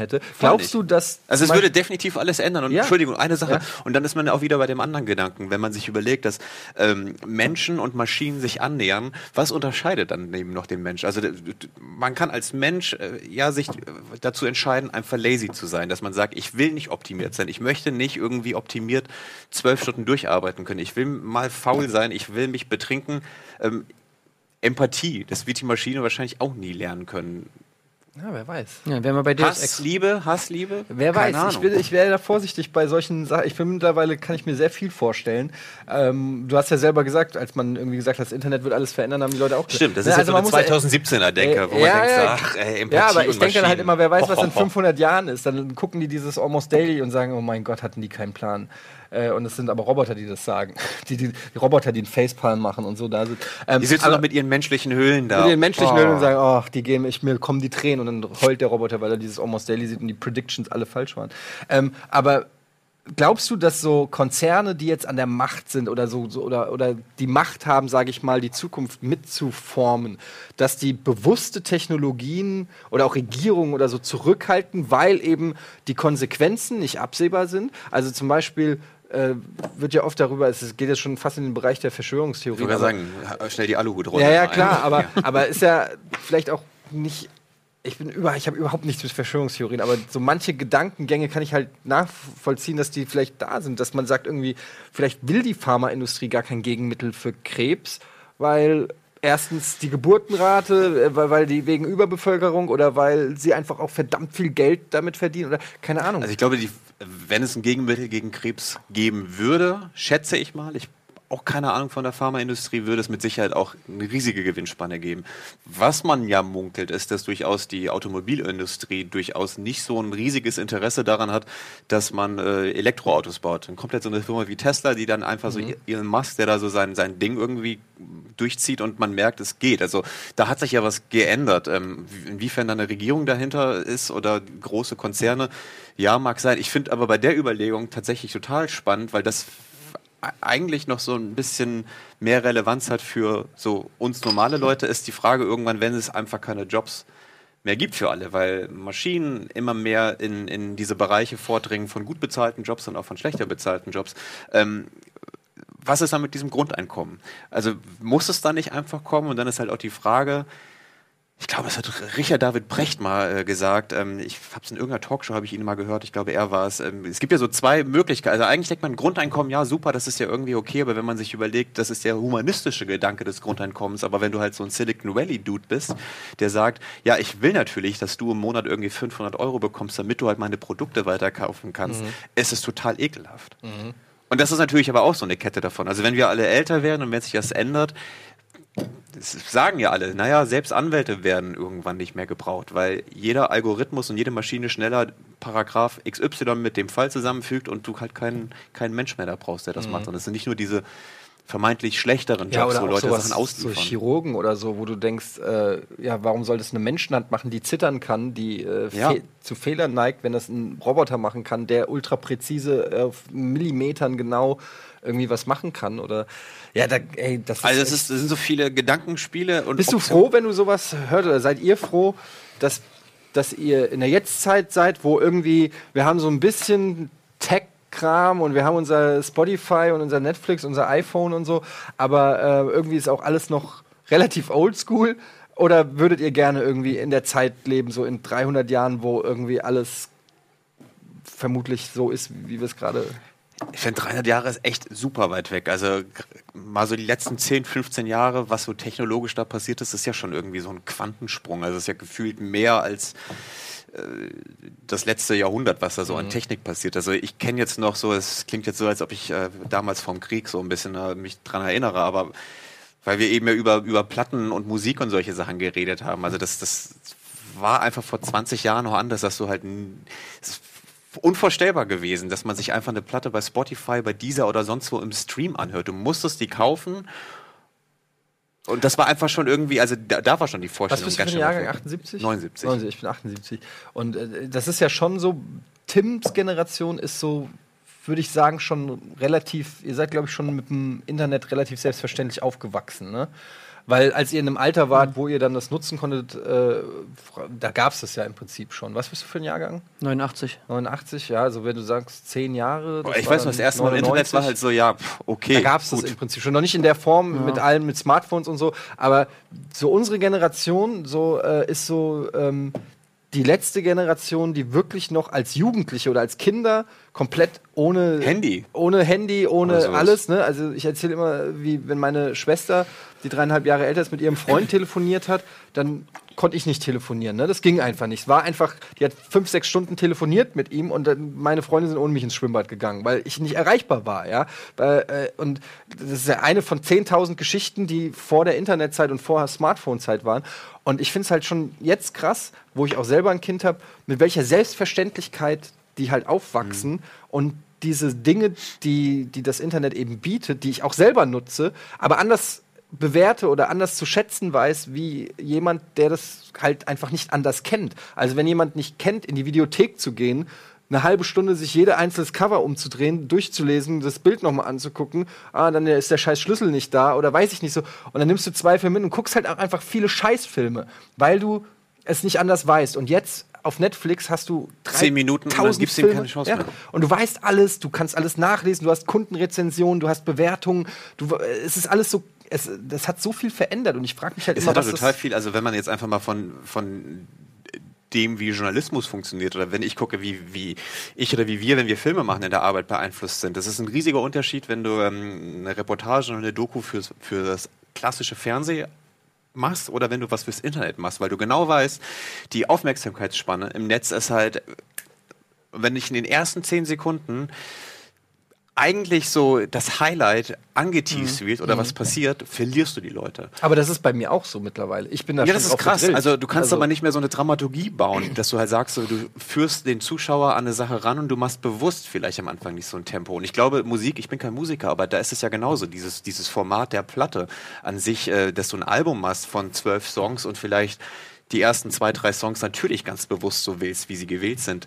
Glaubst nicht. du, dass... Also es würde definitiv alles ändern. Und ja. Entschuldigung, eine Sache. Ja. Und dann ist man auch wieder bei dem anderen Gedanken, wenn man sich überlegt, dass ähm, Menschen und Maschinen sich annähern, was unterscheidet dann eben noch den Mensch? Also man kann als Mensch äh, ja sich dazu entscheiden, einfach lazy zu sein, dass man sagt, ich will nicht optimiert sein, ich möchte nicht irgendwie optimiert zwölf Stunden durcharbeiten können, ich will mal faul sein, ich will mich betrinken. Ähm, Empathie, das wird die Maschine wahrscheinlich auch nie lernen können. Ja, wer weiß. Ja, wenn wir bei Deus Ex. Hassliebe, Hassliebe? Wer Keine weiß, ich, Ahnung. will, ich wäre da vorsichtig bei solchen Sachen. Ich bin mittlerweile, kann ich mir sehr viel vorstellen. Ähm, du hast ja selber gesagt, als man irgendwie gesagt hat, das Internet wird alles verändern, haben die Leute auch gesagt. Stimmt, das ja, ist also jetzt so man eine muss- zweitausendsiebzehner-Denke, wo Äh, man ja, denkt, ja. ach, ey, Empathie Ja, aber ich und denke dann halt Maschinen. immer, wer weiß, was Ho, in ho, ho. fünfhundert Jahren ist. Dann gucken die dieses Almost Daily und sagen, oh mein Gott, hatten die keinen Plan. Äh, und es sind aber Roboter, die das sagen. Die, die, die Roboter, die einen Facepalm machen und so da sind. Ähm, Die sitzen aber noch mit ihren menschlichen Höhlen da. mit den menschlichen Oh. Höhlen und sagen, ach, die gehen, ich, mir kommen die Tränen und dann heult der Roboter, weil er dieses Almost Daily sieht und die Predictions alle falsch waren. Ähm, aber glaubst du, dass so Konzerne, die jetzt an der Macht sind oder so, so oder, oder die Macht haben, sage ich mal, die Zukunft mitzuformen, dass die bewusste Technologien oder auch Regierungen oder so zurückhalten, weil eben die Konsequenzen nicht absehbar sind? Also zum Beispiel äh, wird ja oft darüber, es geht jetzt schon fast in den Bereich der Ich Verschwörungstheorien. würde aber- sagen, schnell die Aluhut runter. ja, ja, klar, aber, aber ist ja vielleicht auch nicht. Ich bin über, ich habe überhaupt nichts mit Verschwörungstheorien, aber so manche Gedankengänge kann ich halt nachvollziehen, dass die vielleicht da sind, dass man sagt irgendwie, vielleicht will die Pharmaindustrie gar kein Gegenmittel für Krebs, weil erstens die Geburtenrate, äh, weil, weil die wegen Überbevölkerung oder weil sie einfach auch verdammt viel Geld damit verdienen oder keine Ahnung. Also ich glaube, die, wenn es ein Gegenmittel gegen Krebs geben würde, schätze ich mal, ich auch keine Ahnung von der Pharmaindustrie, würde es mit Sicherheit auch eine riesige Gewinnspanne geben. Was man ja munkelt, ist, dass durchaus die Automobilindustrie durchaus nicht so ein riesiges Interesse daran hat, dass man äh, Elektroautos baut. Dann kommt jetzt so eine Firma wie Tesla, die dann einfach so Elon Musk, der da so sein, sein Ding irgendwie durchzieht und man merkt, es geht. Also da hat sich ja was geändert. Ähm, inwiefern da eine Regierung dahinter ist oder große Konzerne, ja, mag sein. Ich finde aber bei der Überlegung tatsächlich total spannend, weil das eigentlich noch so ein bisschen mehr Relevanz hat für so uns normale Leute, ist die Frage irgendwann, wenn es einfach keine Jobs mehr gibt für alle, weil Maschinen immer mehr in, in diese Bereiche vordringen von gut bezahlten Jobs und auch von schlechter bezahlten Jobs. Ähm, was ist dann mit diesem Grundeinkommen? Also muss es da nicht einfach kommen? Und dann ist halt auch die Frage, ich glaube, es hat Richard David Brecht mal äh, gesagt, ähm, ich habe es in irgendeiner Talkshow, habe ich ihn mal gehört, ich glaube, er war es. Ähm, es gibt ja so zwei Möglichkeiten. Also eigentlich denkt man, Grundeinkommen, ja super, das ist ja irgendwie okay, aber wenn man sich überlegt, das ist der humanistische Gedanke des Grundeinkommens, aber wenn du halt so ein Silicon Valley-Dude bist, der sagt, ja, ich will natürlich, dass du im Monat irgendwie fünfhundert Euro bekommst, damit du halt meine Produkte weiterkaufen kannst, mhm. es ist total ekelhaft. Mhm. Und das ist natürlich aber auch so eine Kette davon. Also wenn wir alle älter werden und wenn sich das ändert, das sagen ja alle, naja, selbst Anwälte werden irgendwann nicht mehr gebraucht, weil jeder Algorithmus und jede Maschine schneller Paragraph X Y mit dem Fall zusammenfügt und du halt keinen, keinen Mensch mehr da brauchst, der das mhm. macht. Und es sind nicht nur diese vermeintlich schlechteren ja, Jobs, oder wo auch Leute sowas, Sachen ausliefern. So Chirurgen oder so, wo du denkst, äh, ja, warum soll das eine Menschenhand machen, die zittern kann, die äh, ja. fe- zu Fehlern neigt, wenn das ein Roboter machen kann, der ultra präzise äh, auf Millimetern genau irgendwie was machen kann oder ja, da, ey, das ist also es ist, das sind so viele Gedankenspiele und bist du Optionen. froh, wenn du sowas hört oder seid ihr froh, dass, dass ihr in der Jetztzeit seid, wo irgendwie wir haben so ein bisschen Tech Kram und wir haben unser Spotify und unser Netflix, unser iPhone und so, aber äh, irgendwie ist auch alles noch relativ oldschool. Oder würdet ihr gerne irgendwie in der Zeit leben, so in dreihundert Jahren, wo irgendwie alles vermutlich so ist, wie wir es gerade... Ich finde, dreihundert Jahre ist echt super weit weg. Also mal so die letzten zehn, fünfzehn Jahre, was so technologisch da passiert ist, ist ja schon irgendwie so ein Quantensprung. Also es ist ja gefühlt mehr als das letzte Jahrhundert, was da so mhm. an Technik passiert. Also ich kenne jetzt noch so, es klingt jetzt so, als ob ich äh, damals vom Krieg so ein bisschen äh, mich dran erinnere, aber weil wir eben ja über, über Platten und Musik und solche Sachen geredet haben. Also das, das war einfach vor zwanzig Jahren noch anders, dass du halt n- es ist unvorstellbar gewesen, dass man sich einfach eine Platte bei Spotify, bei Deezer oder sonst wo im Stream anhört. Du musstest die kaufen. Und das war einfach schon irgendwie, also da, da war schon die Vorstellung. Was bist du für ein Jahrgang? achtundsiebzig? neunundsiebzig. neunundsiebzig. Ich bin achtundsiebzig. Und äh, das ist ja schon so, Tims Generation ist so, würde ich sagen, schon relativ, ihr seid, glaube ich, schon mit dem Internet relativ selbstverständlich aufgewachsen, ne? Weil als ihr in einem Alter wart, wo ihr dann das nutzen konntet, äh, da gab es das ja im Prinzip schon. Was bist du für ein Jahrgang? neunundachtzig. neunundachtzig, ja, also wenn du sagst zehn Jahre. Ich weiß noch, das erste Mal im Internet war halt so, ja, okay. Da gab es das im Prinzip schon. Noch nicht in der Form, ja. mit allem, mit Smartphones und so, aber so unsere Generation so äh, ist so ähm, die letzte Generation, die wirklich noch als Jugendliche oder als Kinder komplett ohne Handy, ohne Handy, ohne alles. Ne? Also ich erzähle immer, wie wenn meine Schwester, die dreieinhalb Jahre älter ist, mit ihrem Freund telefoniert hat, dann konnte ich nicht telefonieren. Ne? Das ging einfach nicht. Es war einfach, die hat fünf, sechs Stunden telefoniert mit ihm und dann meine Freunde sind ohne mich ins Schwimmbad gegangen, weil ich nicht erreichbar war. Ja? Und das ist ja eine von zehntausend Geschichten, die vor der Internetzeit und vor der Smartphone-Zeit waren. Und ich finde es halt schon jetzt krass, wo ich auch selber ein Kind habe, mit welcher Selbstverständlichkeit die halt aufwachsen mhm. und diese Dinge, die, die das Internet eben bietet, die ich auch selber nutze, aber anders bewerte oder anders zu schätzen weiß, wie jemand, der das halt einfach nicht anders kennt. Also wenn jemand nicht kennt, in die Videothek zu gehen, eine halbe Stunde sich jede einzelnes Cover umzudrehen, durchzulesen, das Bild nochmal anzugucken, ah, dann ist der scheiß Schlüssel nicht da oder weiß ich nicht so. Und dann nimmst du zwei Filme mit und guckst halt auch einfach viele Scheißfilme, weil du es nicht anders weißt. Und jetzt auf Netflix hast du zehn Minuten und dann gibst du ihm keine Chance mehr. Ja. Und du weißt alles, du kannst alles nachlesen, du hast Kundenrezensionen, du hast Bewertungen, du, es ist alles so, es, das hat so viel verändert und ich frage mich halt es immer, hat was total viel, also wenn man jetzt einfach mal von, von dem, wie Journalismus funktioniert oder wenn ich gucke, wie, wie ich oder wie wir, wenn wir Filme machen, in der Arbeit beeinflusst sind. Das ist ein riesiger Unterschied, wenn du ähm, eine Reportage oder eine Doku fürs, für das klassische Fernsehen machst oder wenn du was fürs Internet machst, weil du genau weißt, die Aufmerksamkeitsspanne im Netz ist halt, wenn ich in den ersten zehn Sekunden eigentlich so das Highlight angeteased mhm. wird oder mhm. was passiert, verlierst du die Leute. Aber das ist bei mir auch so mittlerweile. Ich bin da ja, das ist krass. Gedrillt. Also du kannst also aber nicht mehr so eine Dramaturgie bauen, dass du halt sagst, so, du führst den Zuschauer an eine Sache ran und du machst bewusst vielleicht am Anfang nicht so ein Tempo. Und ich glaube, Musik, ich bin kein Musiker, aber da ist es ja genauso, dieses, dieses Format der Platte an sich, äh, dass du ein Album machst von zwölf Songs und vielleicht die ersten zwei, drei Songs natürlich ganz bewusst so wählst, wie sie gewählt sind.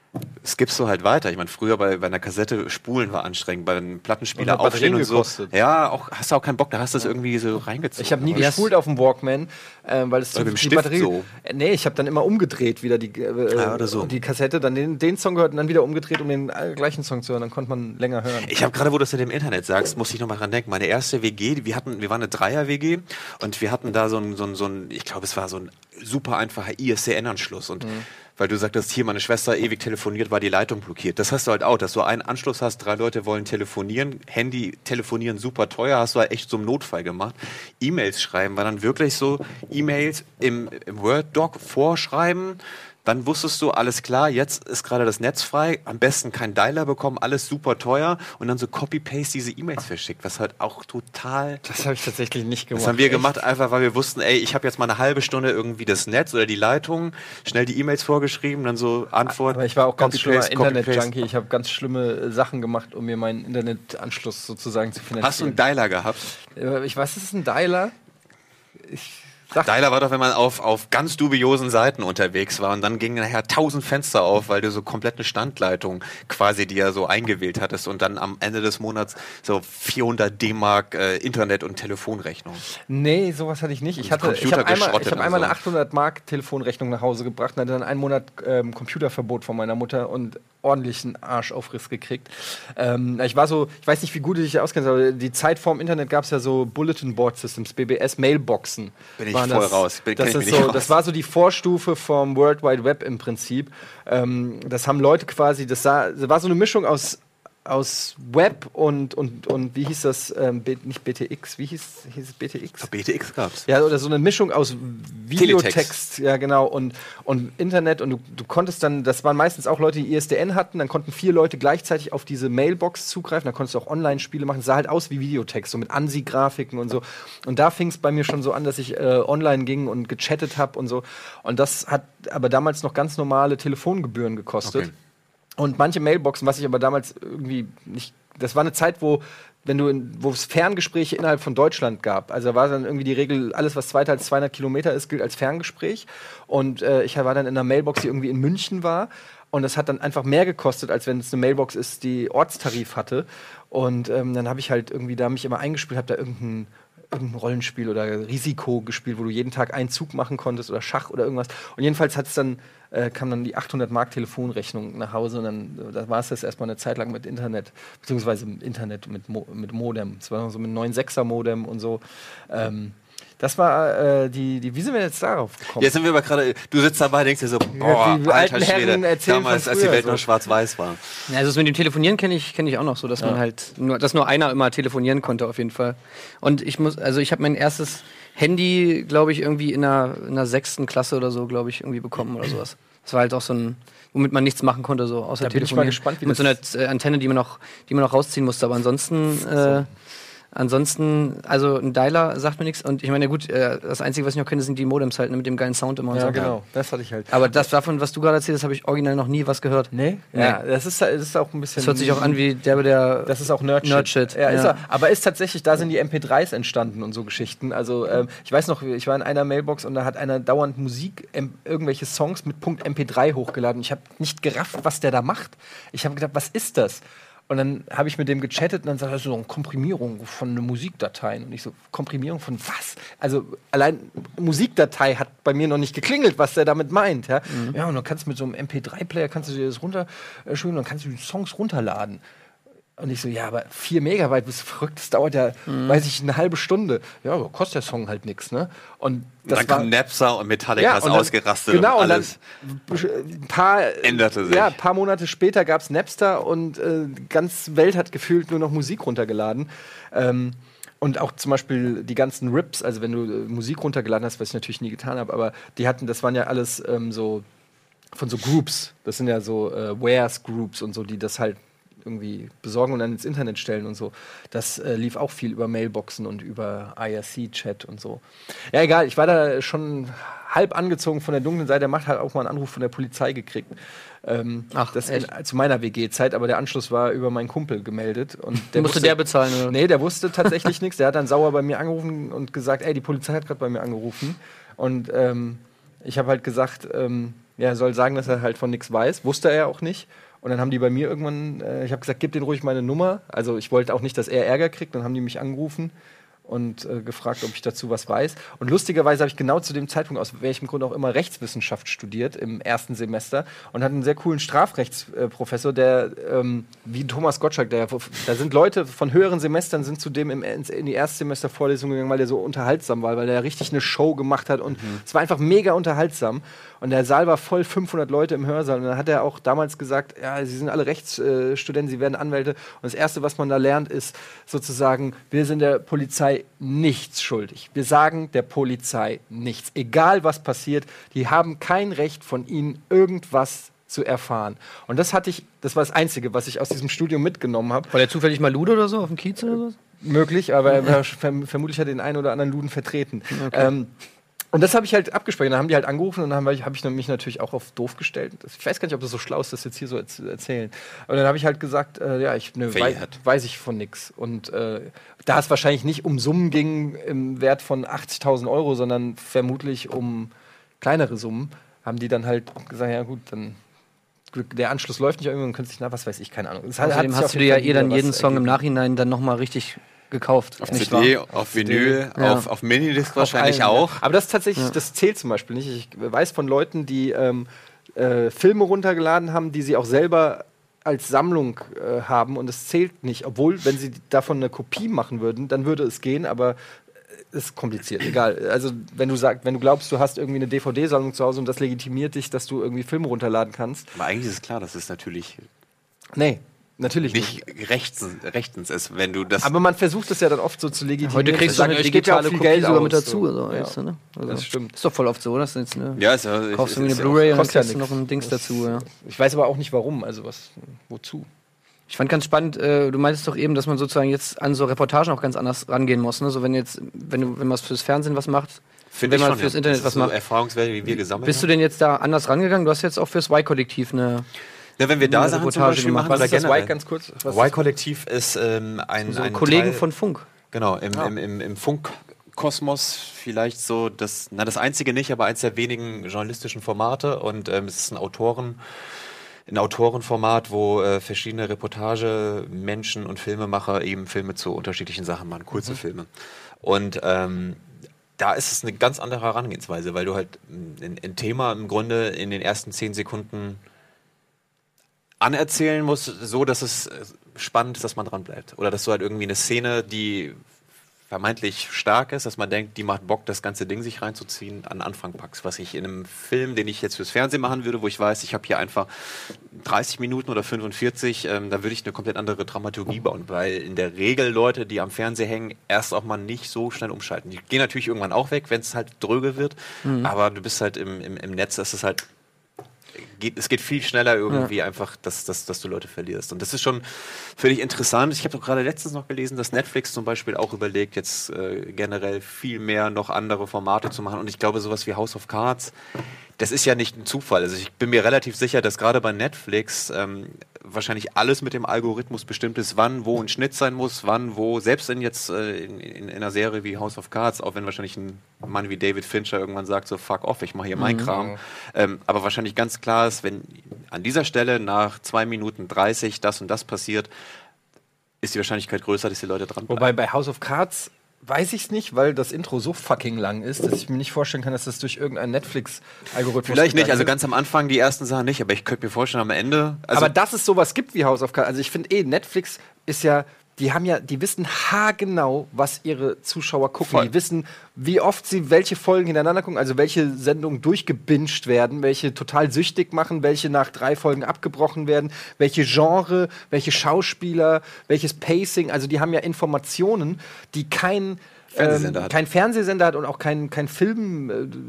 Es gibst du halt weiter. Ich meine, früher bei, bei einer Kassette spulen war anstrengend, bei einem Plattenspieler aufstehen und so. Gekostet. Ja, auch hast du auch keinen Bock, da hast du es irgendwie so reingezogen. Ich habe nie gespult auf dem Walkman, äh, weil es zu die Stift Batterie. So. Äh, nee, ich habe dann immer umgedreht wieder die, äh, ja, oder so. die Kassette, dann den, den Song gehört und dann wieder umgedreht, um den äh, gleichen Song zu hören. Dann konnte man länger hören. Ich habe gerade, wo du das mit dem Internet sagst, muss ich noch mal dran denken. Meine erste W G, wir hatten, wir waren eine Dreier-W G und wir hatten da so ein, so ein, so ein ich glaube, es war so ein super einfacher I S D N-Anschluss und mhm. weil du sagtest, hier, meine Schwester ewig telefoniert, war die Leitung blockiert. Das hast du halt auch, dass du einen Anschluss hast, drei Leute wollen telefonieren, Handy telefonieren super teuer, hast du halt echt so im Notfall gemacht. E-Mails schreiben war dann wirklich so, E-Mails im, im Word-Doc vorschreiben, dann wusstest du, alles klar, jetzt ist gerade das Netz frei, am besten kein Dialer bekommen, alles super teuer und dann so Copy-Paste diese E-Mails verschickt, was halt auch total... Das habe ich tatsächlich nicht gemacht. Das haben wir echt? gemacht, einfach weil wir wussten, ey, ich habe jetzt mal eine halbe Stunde irgendwie das Netz oder die Leitung, schnell die E-Mails vorgeschrieben, dann so Antwort. Aber ich war auch ganz schlimmer Internet-Junkie, ich habe ganz schlimme Sachen gemacht, um mir meinen Internetanschluss sozusagen zu finanzieren. Hast du einen Dialer gehabt? Ich weiß, es ist ein Dialer. Ich... Dialer war doch, wenn man auf, auf ganz dubiosen Seiten unterwegs war und dann gingen nachher tausend Fenster auf, weil du so komplett eine Standleitung quasi, die ja so eingewählt hattest und dann am Ende des Monats so vierhundert D-Mark äh, Internet- und Telefonrechnung. Nee, sowas hatte ich nicht. Ich hatte, ich habe einmal, ich hab einmal so. eine achthundert Mark Telefonrechnung nach Hause gebracht und hatte dann einen Monat ähm, Computerverbot von meiner Mutter und ordentlichen Arschaufriss gekriegt. Ähm, ich war so, ich weiß nicht, wie gut du dich auskennst, aber die Zeit vorm Internet gab es ja so Bulletin Board Systems, B B S, Mailboxen. Bin ich voll das, raus. Bin, das, ist so, raus. Das war so die Vorstufe vom World Wide Web im Prinzip. Ähm, das haben Leute quasi, das, sah, das war so eine Mischung aus aus Web und, und, und wie hieß das, ähm, B, nicht B T X, wie hieß, hieß es B T X? B T X gab's. Ja, oder so eine Mischung aus Videotext, Teletext. Ja genau, und, und Internet und du, du konntest dann, das waren meistens auch Leute, die I S D N hatten, dann konnten vier Leute gleichzeitig auf diese Mailbox zugreifen, dann konntest du auch Online-Spiele machen, das sah halt aus wie Videotext, so mit ANSI-Grafiken und so. Und da fing es bei mir schon so an, dass ich äh, online ging und gechattet habe und so. Und das hat aber damals noch ganz normale Telefongebühren gekostet. Okay. Und manche Mailboxen, was ich aber damals irgendwie nicht, das war eine Zeit, wo wenn du in, wo es Ferngespräche innerhalb von Deutschland gab, also da war dann irgendwie die Regel, alles was weiter als zweihundert Kilometer ist, gilt als Ferngespräch. Und äh, ich war dann in einer Mailbox, die irgendwie in München war. Und das hat dann einfach mehr gekostet, als wenn es eine Mailbox ist, die Ortstarif hatte. Und ähm, dann habe ich halt irgendwie da mich immer eingespielt, habe da irgendeinen irgendein Rollenspiel oder Risiko gespielt, wo du jeden Tag einen Zug machen konntest oder Schach oder irgendwas. Und jedenfalls hat's dann, äh, kam dann die achthundert Mark Telefonrechnung nach Hause und dann äh, da war es das erstmal eine Zeit lang mit Internet, beziehungsweise mit Internet mit, Mo- mit Modem. Es war noch so mit neun Komma sechser Modem und so. Ähm, Das war äh, die, die, wie sind wir jetzt darauf gekommen? Jetzt sind wir aber gerade, du sitzt dabei, denkst dir so, boah, die alten alter Herren Schwede, erzählen damals, von als die früher Welt so. noch schwarz-weiß war. Ja, also das mit dem Telefonieren kenne ich, kenn ich auch noch so, dass Ja. man halt nur, dass nur einer immer telefonieren konnte auf jeden Fall. Und ich muss, also ich habe mein erstes Handy, glaube ich, irgendwie in der, in der sechsten Klasse oder so, glaube ich, irgendwie bekommen oder sowas. Das war halt auch so ein, womit man nichts machen konnte, so außer Da bin ich telefonieren. mal gespannt, wie Mit so einer das- äh, Antenne, die man noch, die man noch rausziehen musste. Aber ansonsten, äh, ansonsten, also ein Dialer sagt mir nichts. Und ich meine, gut, äh, das Einzige, was ich noch kenne, sind die Modems halt, ne, mit dem geilen Sound immer und Ja, so. genau. Das hatte ich halt. Aber das davon, was du gerade erzählt hast, habe ich original noch nie was gehört. Nee? Nee. Ja, das ist, das ist auch ein bisschen. Das hört sich auch an wie der, der Das ist auch Nerdshit. Nerdshit, Ja, Ist ja. er, aber ist tatsächlich, da sind die M P dreis entstanden und so Geschichten. Also ähm, ich weiß noch, ich war in einer Mailbox und da hat einer dauernd Musik, ähm, irgendwelche Songs mit Punkt M P drei hochgeladen. Ich habe nicht gerafft, was der da macht. Ich habe gedacht, was ist das? Und dann habe ich mit dem gechattet und dann sagt er so, Komprimierung von Musikdateien. Und ich so, Komprimierung von was? Also allein Musikdatei hat bei mir noch nicht geklingelt, was der damit meint. Ja, mhm. ja und dann kannst du mit so einem M P drei Player kannst du dir das runterschreiben und dann kannst du die Songs runterladen. Und ich so, ja, aber vier Megabyte, bist du verrückt, das dauert ja, mhm. weiß ich, eine halbe Stunde. Ja, aber kostet der Song halt nichts, ne? Und das dann war, kam Napster und Metallica ja, ist und dann, ausgerastet genau, und alles und dann ein paar, änderte sich. Ja, ein paar Monate später gab es Napster und äh, die ganze Welt hat gefühlt nur noch Musik runtergeladen. Ähm, und auch zum Beispiel die ganzen Rips, also wenn du äh, Musik runtergeladen hast, was ich natürlich nie getan habe, aber die hatten, das waren ja alles ähm, so von so Groups. Das sind ja so äh, Wares-Groups und so, die das halt irgendwie besorgen und dann ins Internet stellen und so. Das äh, lief auch viel über Mailboxen und über I R C-Chat und so. Ja, egal, ich war da schon halb angezogen von der dunklen Seite. Der Macht hat auch mal einen Anruf von der Polizei gekriegt. Ähm, Ach, das in, zu meiner W G-Zeit, aber der Anschluss war über meinen Kumpel gemeldet. Und der musste wusste, der bezahlen, oder? Nee, der wusste tatsächlich nichts. Der hat dann sauer bei mir angerufen und gesagt, ey, die Polizei hat gerade bei mir angerufen. Und ähm, ich habe halt gesagt, ähm, ja, er soll sagen, dass er halt von nichts weiß. Wusste er ja auch nicht. Und dann haben die bei mir irgendwann, äh, ich habe gesagt, gib denen ruhig meine Nummer. Also ich wollte auch nicht, dass er Ärger kriegt. Dann haben die mich angerufen und äh, gefragt, ob ich dazu was weiß. Und lustigerweise habe ich genau zu dem Zeitpunkt, aus welchem Grund auch immer, Rechtswissenschaft studiert im ersten Semester und hatte einen sehr coolen Strafrechtsprofessor, der, ähm, wie Thomas Gottschalk, der, da sind Leute von höheren Semestern sind zu dem im, in die Erstsemestervorlesung gegangen, weil der so unterhaltsam war, weil der richtig eine Show gemacht hat und mhm. es war einfach mega unterhaltsam. Und der Saal war voll, fünfhundert Leute im Hörsaal. Und dann hat er auch damals gesagt, ja, sie sind alle Rechtsstudenten, sie werden Anwälte. Und das Erste, was man da lernt, ist sozusagen, wir sind der Polizei nichts schuldig. Wir sagen der Polizei nichts. Egal, was passiert, die haben kein Recht von ihnen, irgendwas zu erfahren. Und das hatte ich, das war das Einzige, was ich aus diesem Studium mitgenommen habe. War der zufällig mal Lude oder so auf dem Kiez oder so? Möglich, aber er verm vermutlich hat den einen oder anderen Luden vertreten. Okay. Ähm, Und das habe ich halt abgesprochen. Dann haben die halt angerufen und dann habe ich, hab ich mich natürlich auch auf doof gestellt. Ich weiß gar nicht, ob das so schlau ist, das jetzt hier so zu erzählen. Und dann habe ich halt gesagt, äh, ja, ich ne, wei weiß ich von nix. Und äh, da es wahrscheinlich nicht um Summen ging im Wert von achtzigtausend Euro, sondern vermutlich um kleinere Summen, haben die dann halt gesagt, ja gut, dann der Anschluss läuft nicht irgendwie und können sich nach, was weiß ich, keine Ahnung. Das Außerdem hast du dir ja eh dann jeden Song im Nachhinein dann nochmal richtig gekauft. Auf C D, auf Vinyl, ja. auf, auf Minidisc wahrscheinlich allen, auch. Ja. Aber das tatsächlich, ja. das zählt zum Beispiel nicht. Ich weiß von Leuten, die ähm, äh, Filme runtergeladen haben, die sie auch selber als Sammlung äh, haben und es zählt nicht. Obwohl, wenn sie davon eine Kopie machen würden, dann würde es gehen, aber es ist kompliziert. Egal. Also wenn du sagst, wenn du glaubst, du hast irgendwie eine D V D-Sammlung zu Hause und das legitimiert dich, dass du irgendwie Filme runterladen kannst. Aber eigentlich ist es klar, das ist natürlich nee. Natürlich nicht, nicht. rechtens, rechtens ist, wenn du das. Aber man versucht es ja dann oft so zu legitimieren. Heute kriegst du eine digitale Kopie Geld sogar aus, mit dazu. so. So, ja. weißt du, ne? Also das stimmt. Ist doch voll oft so, dass du jetzt eine. Ja, ist ja. Kaufst du ist, eine ist Blu-ray und dann kostet ja kriegst du noch ein Dings das, dazu. Ja. Ich weiß aber auch nicht warum. Also was, wozu? Ich fand ganz spannend, äh, du meintest doch eben, dass man sozusagen jetzt an so Reportagen auch ganz anders rangehen muss. Ne? So wenn jetzt, wenn du, wenn man fürs Fernsehen was macht, Find wenn man schon, fürs ja. Internet das was so macht. Erfahrungswerte, wie wir gesammelt Bist du denn jetzt da anders rangegangen? Du hast jetzt auch fürs Y-Kollektiv eine. Ja, wenn wir da Sachen zum Beispiel machen, was oder ist das generell. Y ganz kurz? Y-Kollektiv ist ähm, ein, So ein Kollegen Teil, von Funk. Genau, im, Ah. im, im, im Funkkosmos vielleicht so das, na das einzige nicht, aber eins der wenigen journalistischen Formate und ähm, es ist ein Autoren ein Autorenformat, wo äh, verschiedene Reportage, Menschen und Filmemacher eben Filme zu unterschiedlichen Sachen machen, kurze mhm. Filme. Und ähm, da ist es eine ganz andere Herangehensweise, weil du halt ein, ein Thema im Grunde in den ersten zehn Sekunden anerzählen musst, so dass es spannend ist, dass man dran bleibt. Oder dass du halt irgendwie eine Szene, die vermeintlich stark ist, dass man denkt, die macht Bock, das ganze Ding sich reinzuziehen, an den Anfang packst. Was ich in einem Film, den ich jetzt fürs Fernsehen machen würde, wo ich weiß, ich habe hier einfach dreißig Minuten oder fünfundvierzig, ähm, da würde ich eine komplett andere Dramaturgie bauen, weil in der Regel Leute, die am Fernseher hängen, erst auch mal nicht so schnell umschalten. Die gehen natürlich irgendwann auch weg, wenn es halt dröge wird, mhm. aber du bist halt im, im, im Netz, das ist halt Geht, es geht viel schneller irgendwie ja. einfach, dass, dass, dass du Leute verlierst. Und das ist schon völlig interessant. Ich habe doch gerade letztens noch gelesen, dass Netflix zum Beispiel auch überlegt, jetzt äh, generell viel mehr noch andere Formate zu machen. Und ich glaube, sowas wie House of Cards, das ist ja nicht ein Zufall. Also ich bin mir relativ sicher, dass gerade bei Netflix ähm, wahrscheinlich alles mit dem Algorithmus bestimmt ist, wann, wo ein Schnitt sein muss, wann, wo, selbst in jetzt äh, in, in, in einer Serie wie House of Cards, auch wenn wahrscheinlich ein Mann wie David Fincher irgendwann sagt, so fuck off, ich mache hier meinen mhm. Kram. Ähm, aber wahrscheinlich ganz klar ist, wenn an dieser Stelle nach zwei Minuten dreißig das und das passiert, ist die Wahrscheinlichkeit größer, dass die Leute dran bleiben. Wobei bei House of Cards weiß ich es nicht, weil das Intro so fucking lang ist, dass ich mir nicht vorstellen kann, dass das durch irgendeinen Netflix-Algorithmus Vielleicht nicht, also ganz am Anfang die ersten Sachen nicht, aber ich könnte mir vorstellen, am Ende... Also aber dass es sowas gibt wie House of Cards, also ich finde eh, Netflix ist ja, die haben ja, die wissen haargenau, was ihre Zuschauer gucken. Voll. Die wissen, wie oft sie welche Folgen hintereinander gucken, also welche Sendungen durchgebinged werden, welche total süchtig machen, welche nach drei Folgen abgebrochen werden, welche Genre, welche Schauspieler, welches Pacing. Also die haben ja Informationen, die kein Fernsehsender ähm, hat. kein Fernsehsender hat und auch kein, kein Film,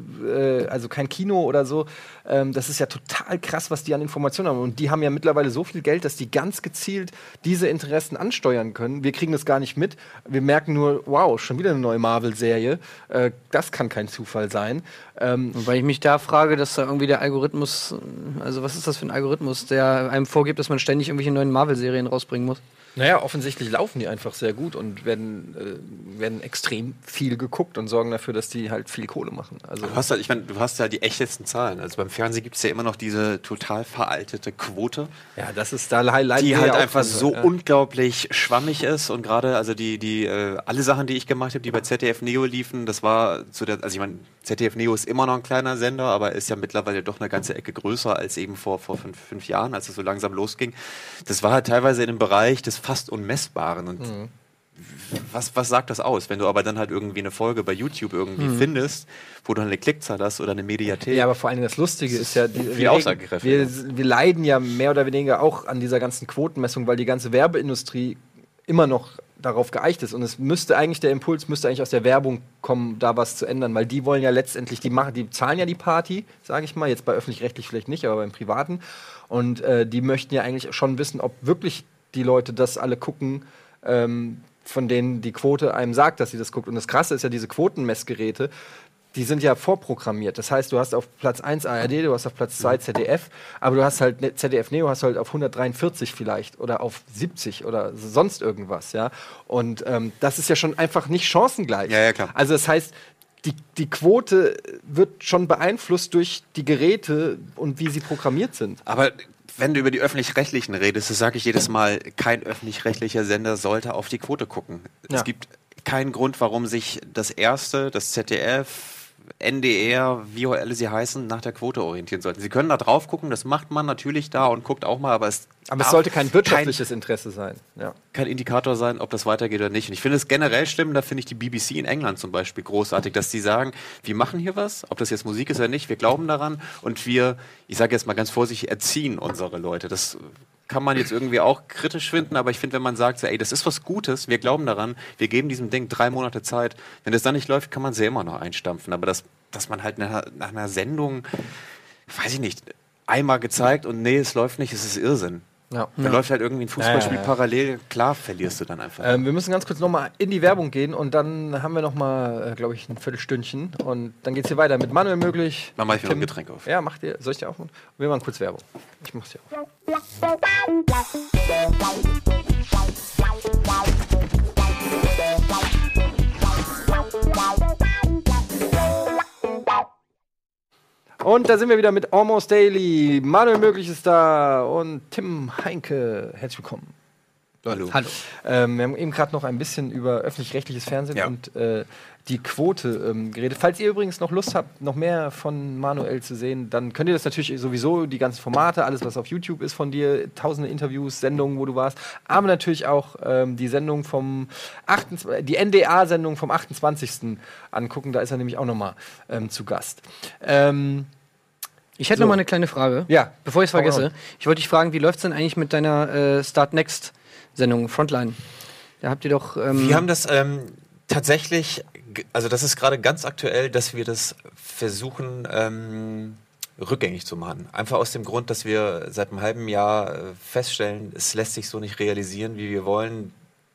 äh, also kein Kino oder so. Ähm, das ist ja total krass, was die an Informationen haben. Und die haben ja mittlerweile so viel Geld, dass die ganz gezielt diese Interessen ansteuern können. Wir kriegen das gar nicht mit. Wir merken nur, wow, schon wieder eine neue Marvel-Serie. Äh, das kann kein Zufall sein. Ähm, Wobei ich mich da frage, dass da irgendwie der Algorithmus, also was ist das für ein Algorithmus, der einem vorgibt, dass man ständig irgendwelche neuen Marvel-Serien rausbringen muss? Naja, offensichtlich laufen die einfach sehr gut und werden, äh, werden extrem viel geguckt und sorgen dafür, dass die halt viel Kohle machen. Also du hast halt, ich meine, du hast ja die echtesten Zahlen. Also beim Fernsehen gibt es ja immer noch diese total veraltete Quote. Ja, das ist da leid die halt ja einfach drin, so ja. unglaublich schwammig ist und gerade, also die, die, äh, alle Sachen, die ich gemacht habe, die bei Z D F Neo liefen, das war zu der, also ich meine, Z D F Neo ist immer noch ein kleiner Sender, aber ist ja mittlerweile doch eine ganze Ecke größer als eben vor, vor fünf, fünf Jahren, als es so langsam losging. Das war halt teilweise in einem Bereich des fast Unmessbaren. Und mhm. was, was sagt das aus, wenn du aber dann halt irgendwie eine Folge bei YouTube irgendwie mhm. findest, wo du eine Klickzahl hast oder eine Mediathek? Ja, aber vor allem das Lustige ist ja, die, wir, wir, wir leiden ja mehr oder weniger auch an dieser ganzen Quotenmessung, weil die ganze Werbeindustrie immer noch darauf geeicht ist. Und es müsste eigentlich, der Impuls müsste eigentlich aus der Werbung kommen, da was zu ändern, weil die wollen ja letztendlich, die machen, die zahlen ja die Party, sage ich mal, jetzt bei öffentlich-rechtlich vielleicht nicht, aber beim Privaten. Und äh, die möchten ja eigentlich schon wissen, ob wirklich die Leute das alle gucken, ähm, von denen die Quote einem sagt, dass sie das guckt. Und das Krasse ist ja, diese Quotenmessgeräte, die sind ja vorprogrammiert. Das heißt, du hast auf Platz eins A R D, du hast auf Platz zwei Z D F, aber du hast halt Z D F Neo hast halt auf hundertdreiundvierzig vielleicht oder auf siebzig oder sonst irgendwas, ja. Und ähm, das ist ja schon einfach nicht chancengleich. Ja, ja, klar. Also das heißt, die, die Quote wird schon beeinflusst durch die Geräte und wie sie programmiert sind. Aber wenn du über die Öffentlich-Rechtlichen redest, das sage ich jedes Mal, kein öffentlich-rechtlicher Sender sollte auf die Quote gucken. Ja. Es gibt keinen Grund, warum sich das Erste, das Z D F, N D R, wie auch alle sie heißen, nach der Quote orientieren sollten. Sie können da drauf gucken, das macht man natürlich da und guckt auch mal, aber es Aber es sollte kein wirtschaftliches kein, Interesse sein. Ja. Kein Indikator sein, ob das weitergeht oder nicht. Und ich finde es generell schlimm, da finde ich die B B C in England zum Beispiel großartig, dass die sagen, wir machen hier was, ob das jetzt Musik ist oder nicht, wir glauben daran und wir, ich sage jetzt mal ganz vorsichtig, erziehen unsere Leute. Das kann man jetzt irgendwie auch kritisch finden, aber ich finde, wenn man sagt, so, ey, das ist was Gutes, wir glauben daran, wir geben diesem Ding drei Monate Zeit, wenn das dann nicht läuft, kann man sie immer noch einstampfen. Aber das, dass man halt nach, nach einer Sendung, weiß ich nicht, einmal gezeigt und nee, es läuft nicht, es ist Irrsinn. Ja. Da ja. läuft halt irgendwie ein Fußballspiel ja, ja, ja. parallel, klar verlierst du dann einfach. Ähm, wir müssen ganz kurz nochmal in die Werbung gehen und dann haben wir nochmal, äh, glaube ich, ein Viertelstündchen und dann geht's hier weiter mit Manuel Möglich. Dann mach ich mir noch ein Getränk auf. Ja, mach dir. Soll ich dir aufmachen? Wir machen kurz Werbung. Ich mach's dir auf. Und da sind wir wieder mit Almost Daily. Manuel Möglich ist da und Tim Heinke. Herzlich willkommen. Hallo. Hallo. Ähm, wir haben eben gerade noch ein bisschen über öffentlich-rechtliches Fernsehen Ja. und äh, die Quote ähm, geredet. Falls ihr übrigens noch Lust habt, noch mehr von Manuel zu sehen, dann könnt ihr das natürlich sowieso, die ganzen Formate, alles, was auf YouTube ist von dir, tausende Interviews, Sendungen, wo du warst, aber natürlich auch ähm, die Sendung vom achtundzwanzigsten die N D A-Sendung vom achtundzwanzigsten angucken. Da ist er nämlich auch noch mal ähm, zu Gast. Ähm, Ich hätte So. noch mal eine kleine Frage, Ja. bevor ich es Hau vergesse. raus. Ich wollte dich fragen, wie läuft es denn eigentlich mit deiner äh, Start Next-Sendung, Frontline? Da habt ihr doch... Ähm, Wir haben das ähm, tatsächlich, g- also das ist gerade ganz aktuell, dass wir das versuchen ähm, rückgängig zu machen. Einfach aus dem Grund, dass wir seit einem halben Jahr äh, feststellen, es lässt sich so nicht realisieren, wie wir wollen,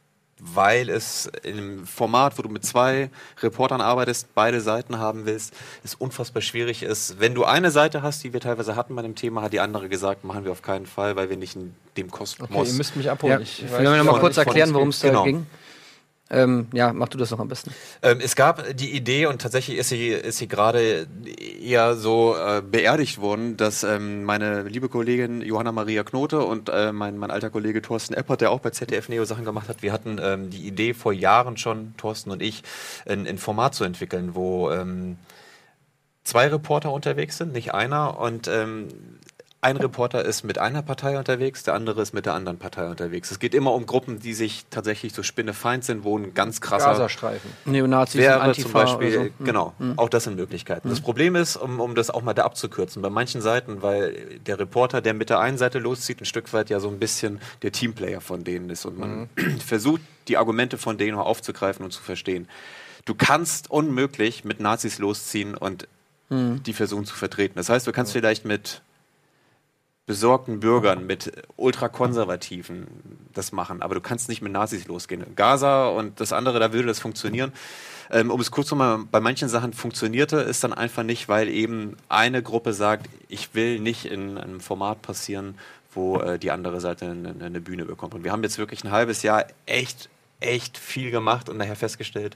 weil es in einem Format, wo du mit zwei Reportern arbeitest, beide Seiten haben willst, es unfassbar schwierig ist. Wenn du eine Seite hast, die wir teilweise hatten bei dem Thema, hat die andere gesagt, machen wir auf keinen Fall, weil wir nicht in dem Kosmos... okay, ihr müsst mich abholen. ja, Ich ich weiß will noch nicht, mal von- kurz von- erklären, worum es da genau. ging. Ähm, ja, mach du das noch am besten. Ähm, es gab die Idee, und tatsächlich ist sie, ist sie gerade eher so äh, beerdigt worden, dass ähm, meine liebe Kollegin Johanna Maria Knote und äh, mein, mein alter Kollege Thorsten Eppert, der auch bei Z D F Neo Sachen gemacht hat, wir hatten ähm, die Idee vor Jahren schon, Thorsten und ich, ein, ein Format zu entwickeln, wo ähm, zwei Reporter unterwegs sind, nicht einer, und ähm, ein Reporter ist mit einer Partei unterwegs, der andere ist mit der anderen Partei unterwegs. Es geht immer um Gruppen, die sich tatsächlich so spinnefeind sind, wo ein ganz krasser Gazastreifen. Neonazis, wäre Antifa zum Beispiel, oder so. genau, auch das sind Möglichkeiten. Das Problem ist, um, um das auch mal da abzukürzen, bei manchen Seiten, weil der Reporter, der mit der einen Seite loszieht, ein Stück weit ja so ein bisschen der Teamplayer von denen ist und man versucht, die Argumente von denen auch aufzugreifen und zu verstehen. Du kannst unmöglich mit Nazis losziehen und die versuchen zu vertreten. Das heißt, du kannst vielleicht mit besorgten Bürgern, mit Ultrakonservativen das machen, aber du kannst nicht mit Nazis losgehen. Gaza und das andere, da würde das funktionieren. Ähm, um es kurz zu machen, bei manchen Sachen funktionierte es dann einfach nicht, weil eben eine Gruppe sagt, ich will nicht in einem Format passieren, wo äh, die andere Seite eine, eine Bühne bekommt. Und wir haben jetzt wirklich ein halbes Jahr echt, echt viel gemacht und nachher festgestellt,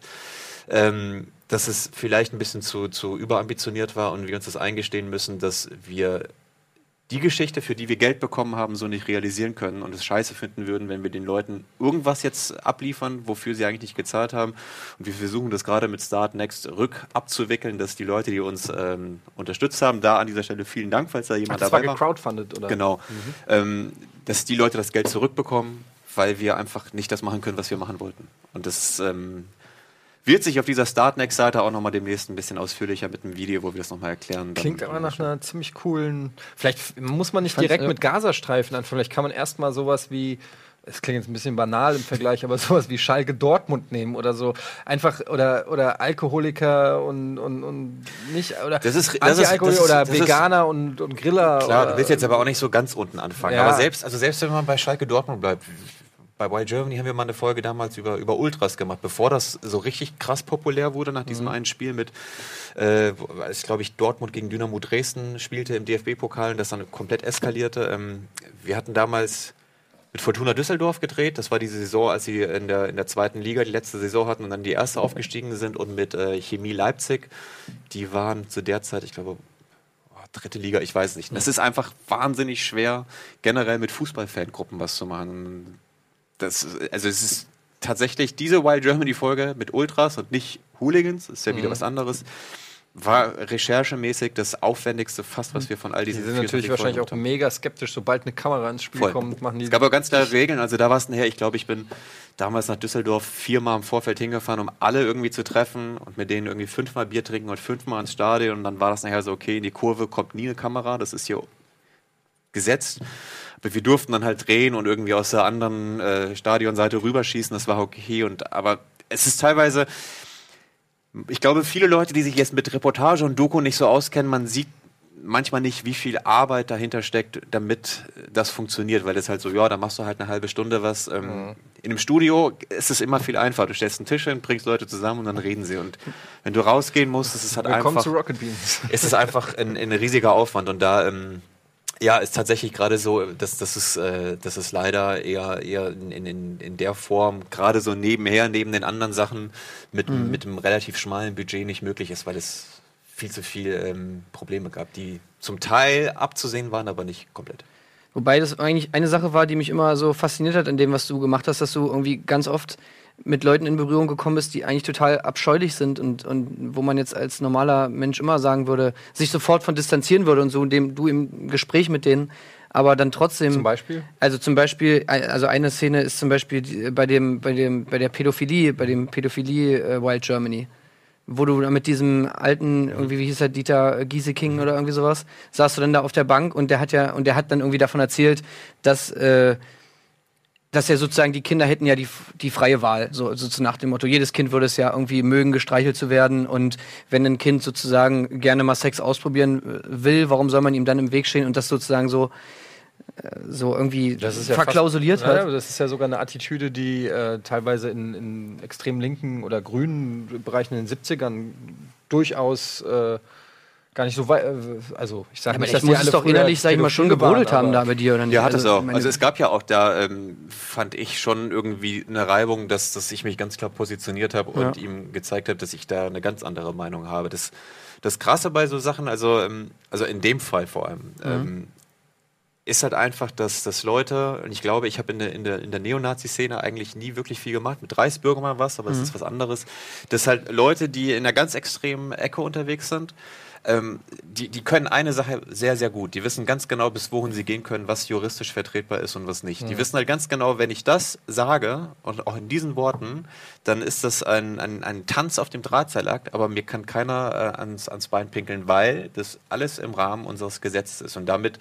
ähm, dass es vielleicht ein bisschen zu, zu überambitioniert war und wir uns das eingestehen müssen, dass wir die Geschichte, für die wir Geld bekommen haben, so nicht realisieren können und es scheiße finden würden, wenn wir den Leuten irgendwas jetzt abliefern, wofür sie eigentlich nicht gezahlt haben. Und wir versuchen das gerade mit Start Next rück abzuwickeln, dass die Leute, die uns ähm, unterstützt haben, da an dieser Stelle vielen Dank, falls da Ach, jemand das war dabei war. gecrowdfundet, oder? Genau. Ähm, dass die Leute das Geld zurückbekommen, weil wir einfach nicht das machen können, was wir machen wollten. Und das ähm, wird sich auf dieser Startnext-Seite auch nochmal demnächst ein bisschen ausführlicher mit einem Video, wo wir das nochmal erklären. Klingt Dann- aber nach einer ziemlich coolen. Vielleicht muss man nicht fand's, direkt äh, mit Gazastreifen anfangen. Vielleicht kann man erstmal sowas wie. Es klingt jetzt ein bisschen banal im Vergleich, aber sowas wie Schalke Dortmund nehmen oder so. Einfach, oder, oder Alkoholiker und, und, und nicht. Oder Das ist- das ist- Anti-Alkoholiker das ist- oder das ist- Veganer und, und Griller. Klar, oder, du willst jetzt aber auch nicht so ganz unten anfangen. Ja. Aber selbst, also selbst wenn man bei Schalke Dortmund bleibt, bei Wild Germany haben wir mal eine Folge damals über, über Ultras gemacht, bevor das so richtig krass populär wurde nach diesem einen Spiel mit, äh, wo- als glaube ich Dortmund gegen Dynamo Dresden spielte im D F B-Pokal und das dann komplett eskalierte. Ähm, wir hatten damals mit Fortuna Düsseldorf gedreht. Das war diese Saison, als sie in der, in der zweiten Liga die letzte Saison hatten und dann die erste aufgestiegen sind. Und mit äh, Chemie Leipzig, die waren zu der Zeit, ich glaube, oh, dritte Liga, ich weiß nicht. Das ist einfach wahnsinnig schwer, generell mit Fußballfangruppen was zu machen. Das, also es ist tatsächlich diese Wild Germany-Folge mit Ultras und nicht Hooligans, ist ja wieder was anderes, war recherchemäßig das aufwendigste fast, was wir von all Die diesen sind vier natürlich Folgen wahrscheinlich auch gemacht haben. mega skeptisch, sobald eine Kamera ins Spiel Voll. kommt, machen die. Es gab aber ganz klare Regeln, also da war es nachher, ich glaube, ich bin damals nach Düsseldorf viermal im Vorfeld hingefahren, um alle irgendwie zu treffen und mit denen irgendwie fünfmal Bier trinken und fünfmal ins Stadion und dann war das nachher so, okay, in die Kurve kommt nie eine Kamera, das ist hier gesetzt. Aber wir durften dann halt drehen und irgendwie aus der anderen äh, Stadionseite rüberschießen, das war okay. Und, aber es ist teilweise, ich glaube, viele Leute, die sich jetzt mit Reportage und Doku nicht so auskennen, man sieht manchmal nicht, wie viel Arbeit dahinter steckt, damit das funktioniert, weil das halt so, ja, da machst du halt eine halbe Stunde was. Ähm, mhm. In einem Studio ist es immer viel einfacher. Du stellst einen Tisch hin, bringst Leute zusammen und dann reden sie. Und wenn du rausgehen musst, ist es halt Willkommen einfach, zu Rocket Beans. ist es einfach ein, ein riesiger Aufwand. Und da ähm, ja, ist tatsächlich gerade so, dass das ist, äh, das ist leider eher, eher in, in, in der Form, gerade so nebenher, neben den anderen Sachen, mit, mhm. mit einem relativ schmalen Budget nicht möglich ist, weil es viel zu viel ähm, Probleme gab, die zum Teil abzusehen waren, aber nicht komplett. Wobei das eigentlich eine Sache war, die mich immer so fasziniert hat in dem, was du gemacht hast, dass du irgendwie ganz oft mit Leuten in Berührung gekommen bist, die eigentlich total abscheulich sind und, und wo man jetzt als normaler Mensch immer sagen würde, sich sofort von distanzieren würde und so, indem du im Gespräch mit denen, aber dann trotzdem... Zum Beispiel? Also zum Beispiel, also eine Szene ist zum Beispiel die, bei dem, bei dem, bei der Pädophilie, bei dem Pädophilie äh, Wild Germany, wo du mit diesem alten, irgendwie, wie hieß er, Dieter Gieseking oder irgendwie sowas, saßt du dann da auf der Bank und der hat ja, und der hat dann irgendwie davon erzählt, dass, äh, dass ja sozusagen die Kinder hätten ja die, die freie Wahl, so, so nach dem Motto, jedes Kind würde es ja irgendwie mögen, gestreichelt zu werden und wenn ein Kind sozusagen gerne mal Sex ausprobieren will, warum soll man ihm dann im Weg stehen und das sozusagen so so irgendwie das ist ja verklausuliert fast, halt. Ja, das ist ja sogar eine Attitüde, die äh, teilweise in, in extrem linken oder grünen Bereichen in den siebzigern durchaus äh, gar nicht so weit, äh, also ich sage ja, nicht, dass die alle doch innerlich, sag ich mal, schon gebrodelt haben da bei dir, oder nicht? Ja, hat es also, auch. Also es gab ja auch da, ähm, fand ich schon irgendwie eine Reibung, dass, dass ich mich ganz klar positioniert habe und ja. ihm gezeigt habe, dass ich da eine ganz andere Meinung habe. Das, das Krasse bei so Sachen, also, ähm, also in dem Fall vor allem, mhm. ähm, ist halt einfach, dass, dass Leute, und ich glaube, ich habe in der, in der, in der Neonazi-Szene eigentlich nie wirklich viel gemacht, mit Reichsbürger mal was, aber es mhm. ist was anderes, dass halt Leute, die in einer ganz extremen Ecke unterwegs sind, ähm, die, die können eine Sache sehr, sehr gut. Die wissen ganz genau, bis wohin sie gehen können, was juristisch vertretbar ist und was nicht. Mhm. Die wissen halt ganz genau, wenn ich das sage, und auch in diesen Worten, dann ist das ein, ein, ein Tanz auf dem Drahtseilakt, aber mir kann keiner äh, ans, ans Bein pinkeln, weil das alles im Rahmen unseres Gesetzes ist. Und damit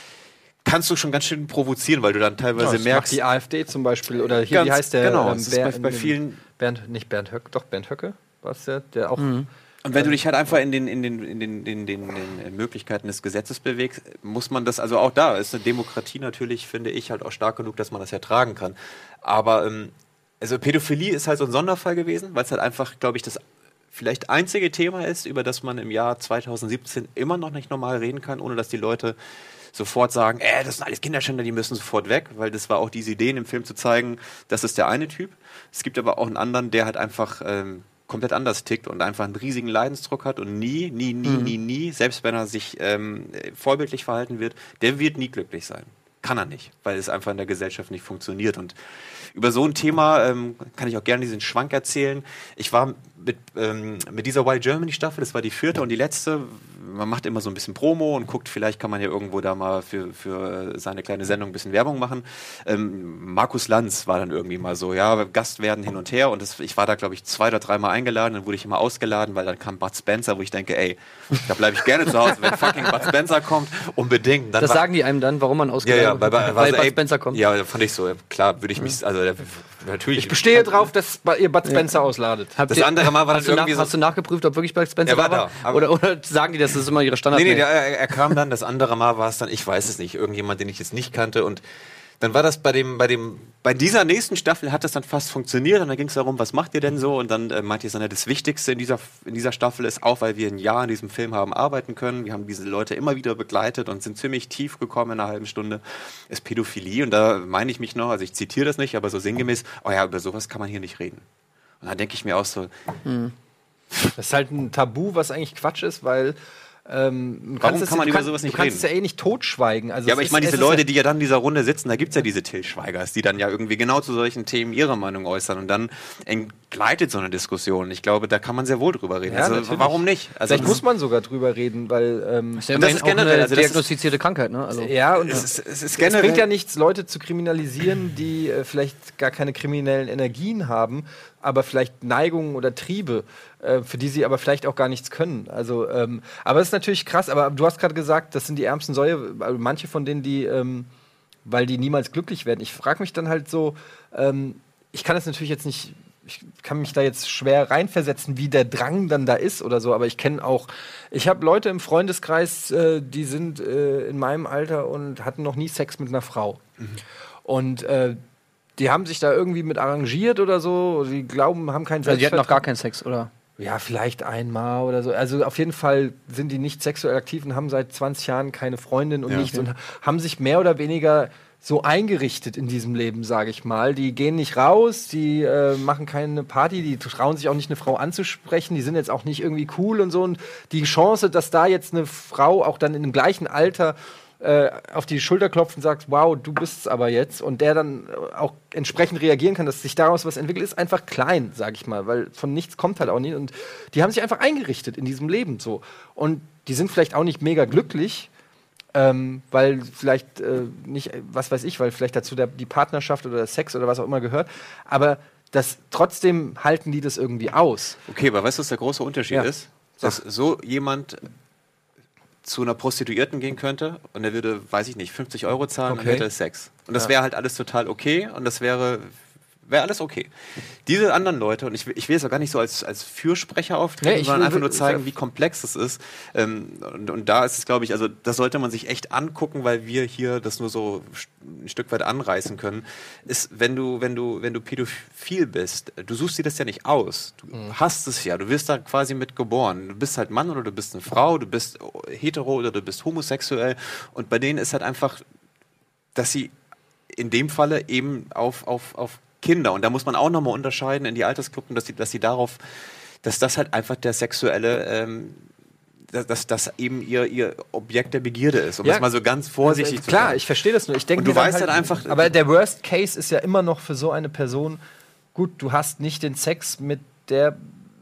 kannst du schon ganz schön provozieren, weil du dann teilweise ja, das merkst... macht die AfD zum Beispiel, oder hier, ganz, wie heißt der? Genau, ähm, das ist bei, bei vielen... Bernd, nicht Bernd Höcke, doch Bernd Höcke war es der, der auch... Mhm. Und wenn du dich halt einfach in den, in den, in den, in den, in den Möglichkeiten des Gesetzes bewegst, muss man das, also auch da ist eine Demokratie natürlich, finde ich, halt auch stark genug, dass man das ertragen kann. Aber ähm, also Pädophilie ist halt so ein Sonderfall gewesen, weil es halt einfach, glaube ich, das vielleicht einzige Thema ist, über das man im Jahr zweitausendsiebzehn immer noch nicht normal reden kann, ohne dass die Leute sofort sagen, äh, das sind alles Kinderschänder, die müssen sofort weg, weil das war auch diese Idee in dem Film zu zeigen, das ist der eine Typ. Es gibt aber auch einen anderen, der halt einfach ähm, komplett anders tickt und einfach einen riesigen Leidensdruck hat und nie, nie, nie, mhm. nie, nie, selbst wenn er sich ähm, vorbildlich verhalten wird, der wird nie glücklich sein. Kann er nicht, weil es einfach in der Gesellschaft nicht funktioniert. Und über so ein Thema ähm, kann ich auch gerne diesen Schwank erzählen. Ich war mit, ähm, mit dieser Wild Germany Staffel, das war die vierte und die letzte. Man macht immer so ein bisschen Promo und guckt, vielleicht kann man ja irgendwo da mal für, für seine kleine Sendung ein bisschen Werbung machen. Ähm, Markus Lanz war dann irgendwie mal so, ja, Gast werden hin und her. Und das, ich war da, glaube ich, zwei oder dreimal eingeladen. Dann wurde ich immer ausgeladen, weil dann kam Bud Spencer, wo ich denke, ey, da bleibe ich gerne zu Hause, wenn fucking Bud Spencer kommt, unbedingt. Dann das war, sagen die einem dann, warum man ausgeladen ja, ja, wird, weil, weil so, Bud ey, Spencer kommt. Ja, fand ich so, klar, würde ich mich, also natürlich. Ich bestehe drauf, dass ihr Bud Spencer ja. ausladet. Habt das ihr, andere Mal war hast dann du irgendwie nach, so... Hast du nachgeprüft, ob wirklich Bud Spencer er war war? da. Oder, oder sagen die, das ist immer ihre Standard? Nee, nee, der, er, er kam dann, das andere Mal war es dann, ich weiß es nicht, irgendjemand, den ich jetzt nicht kannte und dann war das bei dem, bei dem, bei dieser nächsten Staffel hat das dann fast funktioniert und dann ging es darum, was macht ihr denn so? Und dann äh, meinte ich so, das Wichtigste in dieser, in dieser Staffel ist auch, weil wir ein Jahr in diesem Film haben arbeiten können, wir haben diese Leute immer wieder begleitet und sind ziemlich tief gekommen in einer halben Stunde, ist Pädophilie und da meine ich mich noch, also ich zitiere das nicht, aber so sinngemäß, oh ja, über sowas kann man hier nicht reden. Und dann denke ich mir auch so... Hm. Das ist halt ein Tabu, was eigentlich Quatsch ist, weil Ähm, Warum kann man über kann, sowas nicht du kannst reden? es ja eh nicht totschweigen. Also ja, aber ich meine, diese ist, Leute, die ja dann in dieser Runde sitzen, da gibt es ja diese Till Schweigers, die dann ja irgendwie genau zu solchen Themen ihre Meinung äußern und dann entgleitet so eine Diskussion. Ich glaube, da kann man sehr wohl drüber reden. Ja, also natürlich. Warum nicht? Also Vielleicht muss man sogar drüber reden, weil ähm, das ist, ja das ist generell eine also das diagnostizierte Krankheit, ne? Also ja, und es, es, ist, es, ist es bringt ja nichts, Leute zu kriminalisieren, die äh, vielleicht gar keine kriminellen Energien haben, aber vielleicht Neigungen oder Triebe, äh, für die sie aber vielleicht auch gar nichts können. Also, ähm, aber es ist natürlich krass. Aber du hast gerade gesagt, das sind die ärmsten Säue. Also manche von denen, die, ähm, weil die niemals glücklich werden. Ich frage mich dann halt so, ähm, ich kann das natürlich jetzt nicht, ich kann mich da jetzt schwer reinversetzen, wie der Drang dann da ist oder so. Aber ich kenne auch, ich habe Leute im Freundeskreis, äh, die sind äh, in meinem Alter und hatten noch nie Sex mit einer Frau. Mhm. Und äh, die haben sich da irgendwie mit arrangiert oder so. Die glauben, haben keinen Selbstvertrauen. Also die hatten noch gar keinen Sex, oder? Ja, vielleicht einmal oder so. Also auf jeden Fall sind die nicht sexuell aktiv und haben seit zwanzig Jahren keine Freundin und ja, nichts okay. und haben sich mehr oder weniger so eingerichtet in diesem Leben, sage ich mal. Die gehen nicht raus, die äh, machen keine Party, die trauen sich auch nicht, eine Frau anzusprechen, die sind jetzt auch nicht irgendwie cool und so. Und die Chance, dass da jetzt eine Frau auch dann in dem gleichen Alter äh, auf die Schulter klopft und sagt, wow, du bist's aber jetzt, und der dann auch entsprechend reagieren kann, dass sich daraus was entwickelt, ist einfach klein, sage ich mal, weil von nichts kommt halt auch nicht. Und die haben sich einfach eingerichtet in diesem Leben so. Und die sind vielleicht auch nicht mega glücklich, Ähm, weil vielleicht äh, nicht, was weiß ich, weil vielleicht dazu der, die Partnerschaft oder der Sex oder was auch immer gehört. Aber das, trotzdem halten die das irgendwie aus. Okay, aber weißt du, was der große Unterschied Ja. ist? Dass so jemand zu einer Prostituierten gehen könnte und er würde, weiß ich nicht, fünfzig Euro zahlen Okay. und hätte Sex. Und das Ja. wäre halt alles total okay und das wäre wäre alles okay. Diese anderen Leute, und ich, will- ich will jetzt auch gar nicht so als, als Fürsprecher auftreten, Nee, ich sondern will- einfach nur ist zeigen, ja- wie komplex das ist. Ähm, und, und da ist es, glaube ich, also das sollte man sich echt angucken, weil wir hier das nur so ein Stück weit anreißen können, ist, wenn du, wenn du, wenn du pädophil bist, du suchst dir das ja nicht aus. Du Mhm. hast es ja, du wirst da quasi mit geboren. Du bist halt Mann oder du bist eine Frau, du bist hetero oder du bist homosexuell, und bei denen ist halt einfach, dass sie in dem Falle eben auf, auf, auf Kinder, und da muss man auch nochmal unterscheiden in die Altersgruppen, dass die, dass die darauf, dass das halt einfach der sexuelle, ähm, dass, dass das eben ihr, ihr Objekt der Begierde ist, um Ja. das mal so ganz vorsichtig zu Klar, sagen. ich verstehe das nur. Ich denke Und du mir dann weißt halt einfach- Aber der Worst Case ist ja immer noch für so eine Person, gut, du hast nicht den Sex mit der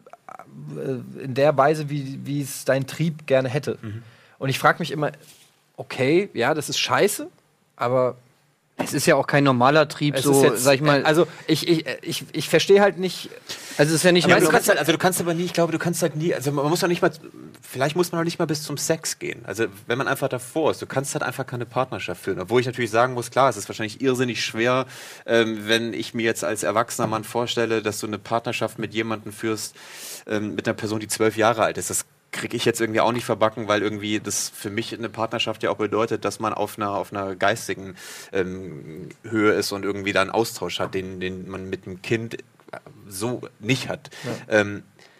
äh, in der Weise, wie, wie es dein Trieb gerne hätte. Mhm. Und ich frage mich immer, okay, ja, das ist scheiße, aber Es ist ja auch kein normaler Trieb, es so, ist jetzt, sag ich mal. also ich, ich, ich, ich verstehe halt nicht, Also es ist ja nicht Ja, nur du so- kannst halt, also du kannst aber nie, ich glaube, du kannst halt nie, also man muss doch nicht mal, vielleicht muss man auch nicht mal bis zum Sex gehen. Also wenn man einfach davor ist, du kannst halt einfach keine Partnerschaft führen. Obwohl ich natürlich sagen muss, klar, es ist wahrscheinlich irrsinnig schwer, ähm, wenn ich mir jetzt als erwachsener Mann vorstelle, dass du eine Partnerschaft mit jemandem führst, ähm, mit einer Person, die zwölf Jahre alt ist. Das kriege ich jetzt irgendwie auch nicht verbacken, weil irgendwie das für mich eine Partnerschaft ja auch bedeutet, dass man auf einer, auf einer geistigen ähm, Höhe ist und irgendwie da einen Austausch hat, den, den man mit einem Kind so nicht hat. Ähm,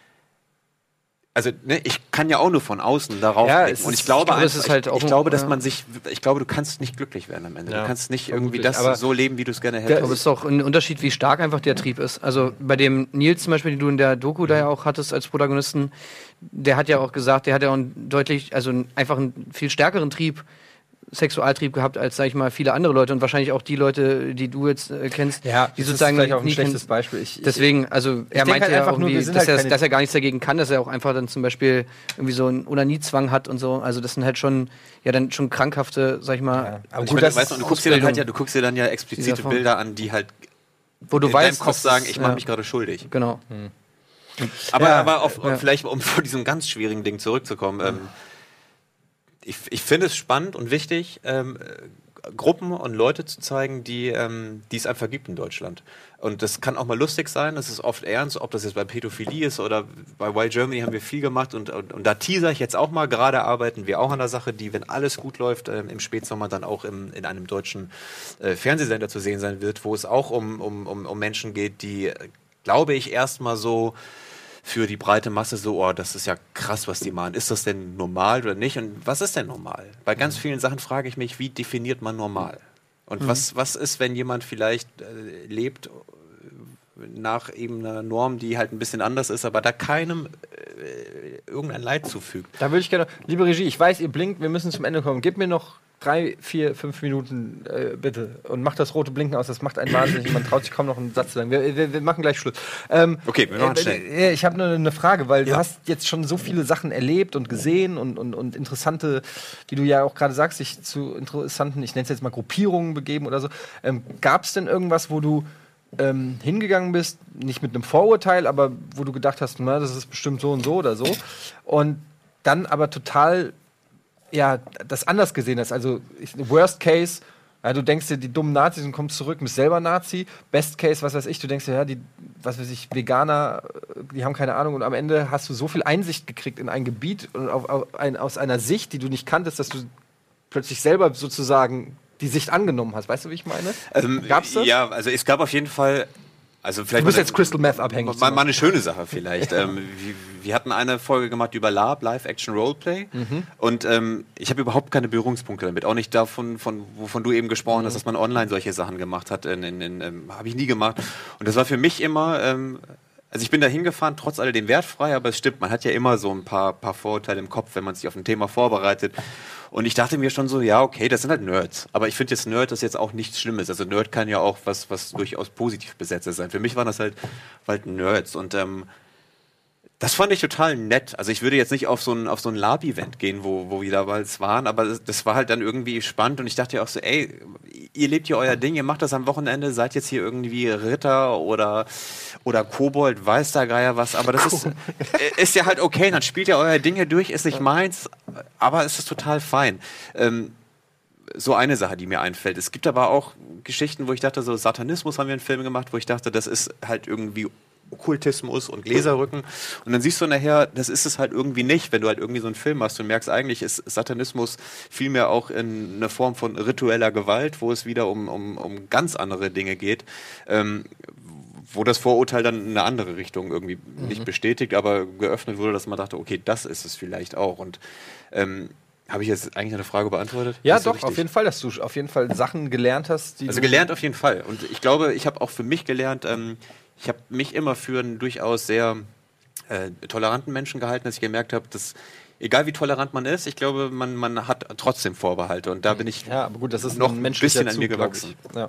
also ne, ich kann ja auch nur von außen darauf Ja, blicken. es und ist- ich glaube, ich glaube, es einfach, ist halt ich, auch ich ein- glaube, dass ja. man sich, ich glaube, du kannst nicht glücklich werden am Ende. Ja, du kannst nicht irgendwie vermutlich. das Aber- so leben, wie du es gerne Ich hättest. glaube, es ist auch ein Unterschied, wie stark einfach der Trieb ist. Also bei dem Nils zum Beispiel, den du in der Doku da ja auch hattest als Protagonisten, der hat ja auch gesagt, der hat ja auch einen deutlich, also einen, einfach einen viel stärkeren Trieb, Sexualtrieb gehabt als, sag ich mal, viele andere Leute und wahrscheinlich auch die Leute, die du jetzt äh, kennst, ja, die das sozusagen ist vielleicht auch ein nie schlechtes kennen. Beispiel. Ich, Deswegen, also er denk meinte halt ja einfach auch nur, wir irgendwie, sind dass, halt er, keine- dass er gar nichts dagegen kann, dass er auch einfach dann zum Beispiel irgendwie so einen Onaniezwang hat und so. Also das sind halt schon, ja dann schon krankhafte, sag ich mal, Ja, aber Und ich gut, meine, das weißt du, ist und du guckst dir dann halt Ausbildung. ja, du guckst dir dann ja explizite Dieser Form. Bilder an, die halt wo du in weißt, deinem Kopf dass sagen, es- ich mache ja, mich gerade schuldig. Genau. Aber, Ja, aber auf, ja. vielleicht, um von diesem ganz schwierigen Ding zurückzukommen, ähm, ich, ich finde es spannend und wichtig, ähm, äh, Gruppen und Leute zu zeigen, die, ähm, die es einfach gibt in Deutschland. Und das kann auch mal lustig sein, das ist oft ernst, ob das jetzt bei Pädophilie ist oder bei Wild Germany haben wir viel gemacht und, und, und da teaser ich jetzt auch mal, gerade arbeiten wir auch an der Sache, die, wenn alles gut läuft, ähm, im Spätsommer dann auch im, in einem deutschen äh, Fernsehsender zu sehen sein wird, wo es auch um, um, um, um Menschen geht, die, äh, glaube ich, erstmal so für die breite Masse so, oh, das ist ja krass, was die machen. Ist das denn normal oder nicht? Und was ist denn normal? Bei ganz vielen Sachen frage ich mich, wie definiert man normal? Und was, was ist, wenn jemand vielleicht äh, lebt äh, nach eben einer Norm, die halt ein bisschen anders ist, aber da keinem äh, irgendein Leid zufügt? Da würde ich gerne, liebe Regie, ich weiß, ihr blinkt, wir müssen zum Ende kommen. Gib mir noch drei, vier, fünf Minuten, äh, bitte. Und mach das rote Blinken aus, das macht einen wahnsinnig. Man traut sich kaum noch einen Satz zu sagen. Wir, wir, wir machen gleich Schluss. Ähm, Okay, wir machen äh, schnell. äh, Ich habe nur eine Frage, weil Ja. du hast jetzt schon so viele Sachen erlebt und gesehen und, und, und interessante, wie du ja auch gerade sagst, sich zu interessanten, ich nenne es jetzt mal Gruppierungen begeben oder so. Ähm, Gab es denn irgendwas, wo du ähm, hingegangen bist, nicht mit einem Vorurteil, aber wo du gedacht hast, na, das ist bestimmt so und so oder so, und dann aber total ja, das anders gesehen hast. Also, ich, Worst Case, ja, du denkst dir, die dummen Nazis und kommst zurück, bist selber Nazi. Best Case, was weiß ich, du denkst dir, ja, die, was weiß ich, Veganer, die haben keine Ahnung. Und am Ende hast du so viel Einsicht gekriegt in ein Gebiet und auf, auf ein, aus einer Sicht, die du nicht kanntest, dass du plötzlich selber sozusagen die Sicht angenommen hast. Weißt du, wie ich meine? Ähm, Gab's das? Ja, also es gab auf jeden Fall Also vielleicht Du bist mal jetzt Crystal Meth abhängig. Mal, mal eine schöne Sache vielleicht. ähm, wir, wir hatten eine Folge gemacht über Lab, Live-Action-Roleplay. Mhm. Und ähm, ich habe überhaupt keine Berührungspunkte damit. Auch nicht davon, von, wovon du eben gesprochen mhm. hast, dass man online solche Sachen gemacht hat. In, in, in, ähm, habe ich nie gemacht. Und das war für mich immer... Ähm, Also ich bin da hingefahren, trotz alledem wertfrei, aber es stimmt, man hat ja immer so ein paar, paar Vorurteile im Kopf, wenn man sich auf ein Thema vorbereitet. Und ich dachte mir schon so, ja, okay, das sind halt Nerds. Aber ich finde jetzt Nerd ist jetzt auch nichts Schlimmes. Also Nerd kann ja auch was, was durchaus positiv besetzt sein. Für mich waren das halt, halt Nerds. Und ähm, das fand ich total nett. Also ich würde jetzt nicht auf so ein, auf so ein Lab-Event gehen, wo, wo wir damals waren, aber das, das war halt dann irgendwie spannend und ich dachte ja auch so, ey, ihr lebt hier euer Ding, ihr macht das am Wochenende, seid jetzt hier irgendwie Ritter oder, oder Kobold, weiß der Geier was, aber das ist, ist ja halt okay, dann spielt ihr euer Ding hier durch, ist nicht meins, aber es ist total fein. Ähm, so eine Sache, die mir einfällt. Es gibt aber auch Geschichten, wo ich dachte, so Satanismus haben wir einen Film gemacht, wo ich dachte, das ist halt irgendwie Okkultismus und Gläserrücken. Und dann siehst du nachher, das ist es halt irgendwie nicht, wenn du halt irgendwie so einen Film machst und merkst, eigentlich ist Satanismus vielmehr auch in eine Form von ritueller Gewalt, wo es wieder um, um, um ganz andere Dinge geht, ähm, wo das Vorurteil dann in eine andere Richtung irgendwie mhm. nicht bestätigt, aber geöffnet wurde, dass man dachte, okay, das ist es vielleicht auch. Und ähm, habe ich jetzt eigentlich eine Frage beantwortet? Ja, doch, auf jeden Fall, dass du auf jeden Fall Sachen gelernt hast. Die also gelernt auf jeden Fall. Und ich glaube, ich habe auch für mich gelernt, ähm, ich habe mich immer für einen durchaus sehr äh, toleranten Menschen gehalten, dass ich gemerkt habe, dass egal wie tolerant man ist, ich glaube, man, man hat trotzdem Vorbehalte. Und da bin ich ja, aber gut, das ist noch ein, ein bisschen an mir gewachsen. Ja.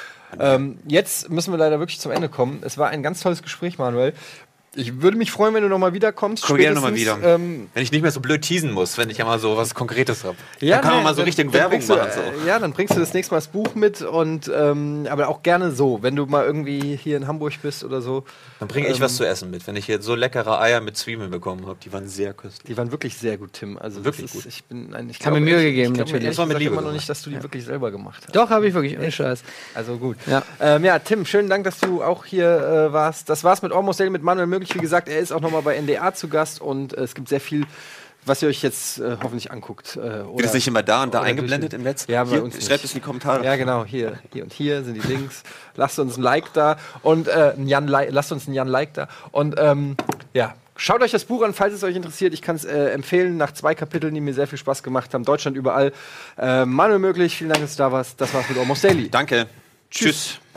Ähm, jetzt müssen wir leider wirklich zum Ende kommen. Es war ein ganz tolles Gespräch, Manuel. Ich würde mich freuen, wenn du nochmal wiederkommst. Komm gerne nochmal wieder. Ähm, wenn ich nicht mehr so blöd teasen muss, wenn ich ja mal so was Konkretes habe. Ja, dann kann man nee, mal so dann, richtig dann Werbung du, machen. So. Äh, ja, dann bringst du das nächste Mal das Buch mit. und ähm, Aber auch gerne so, wenn du mal irgendwie hier in Hamburg bist oder so. Dann bringe ich ähm, was zu essen mit. Wenn ich jetzt so leckere Eier mit Zwiebeln bekommen habe, die waren sehr köstlich. Die waren wirklich sehr gut, Tim. Also wirklich ist, gut. Ich bin ein, ich habe mir Mühe gegeben, ich natürlich. Ich das war mit Liebe immer noch gemacht. nicht, dass du die ja. wirklich selber gemacht hast. Doch, habe ich wirklich. Ohne Scheiß. Also gut. Ja. Ähm, ja, Tim, schönen Dank, dass du auch hier äh, warst. Das war's mit Almost Daily mit Manuel Möglich. Wie gesagt, er ist auch nochmal bei N D A zu Gast und äh, es gibt sehr viel, was ihr euch jetzt äh, hoffentlich anguckt. Äh, Wird es nicht immer da und da eingeblendet im Netz? Ja, bei hier, uns nicht. Schreibt es in die Kommentare. Ja, genau, hier, hier und hier sind die Links. Lasst uns ein Like da und äh, ein Jan Li- lasst uns ein Jan Like da und ähm, ja. Schaut euch das Buch an, falls es euch interessiert. Ich kann es äh, empfehlen, nach zwei Kapiteln, die mir sehr viel Spaß gemacht haben. Deutschland überall. Äh, Manuel Möglich, vielen Dank, dass du da warst. Das war's mit Almost Daily. Danke. Tschüss. Tschüss.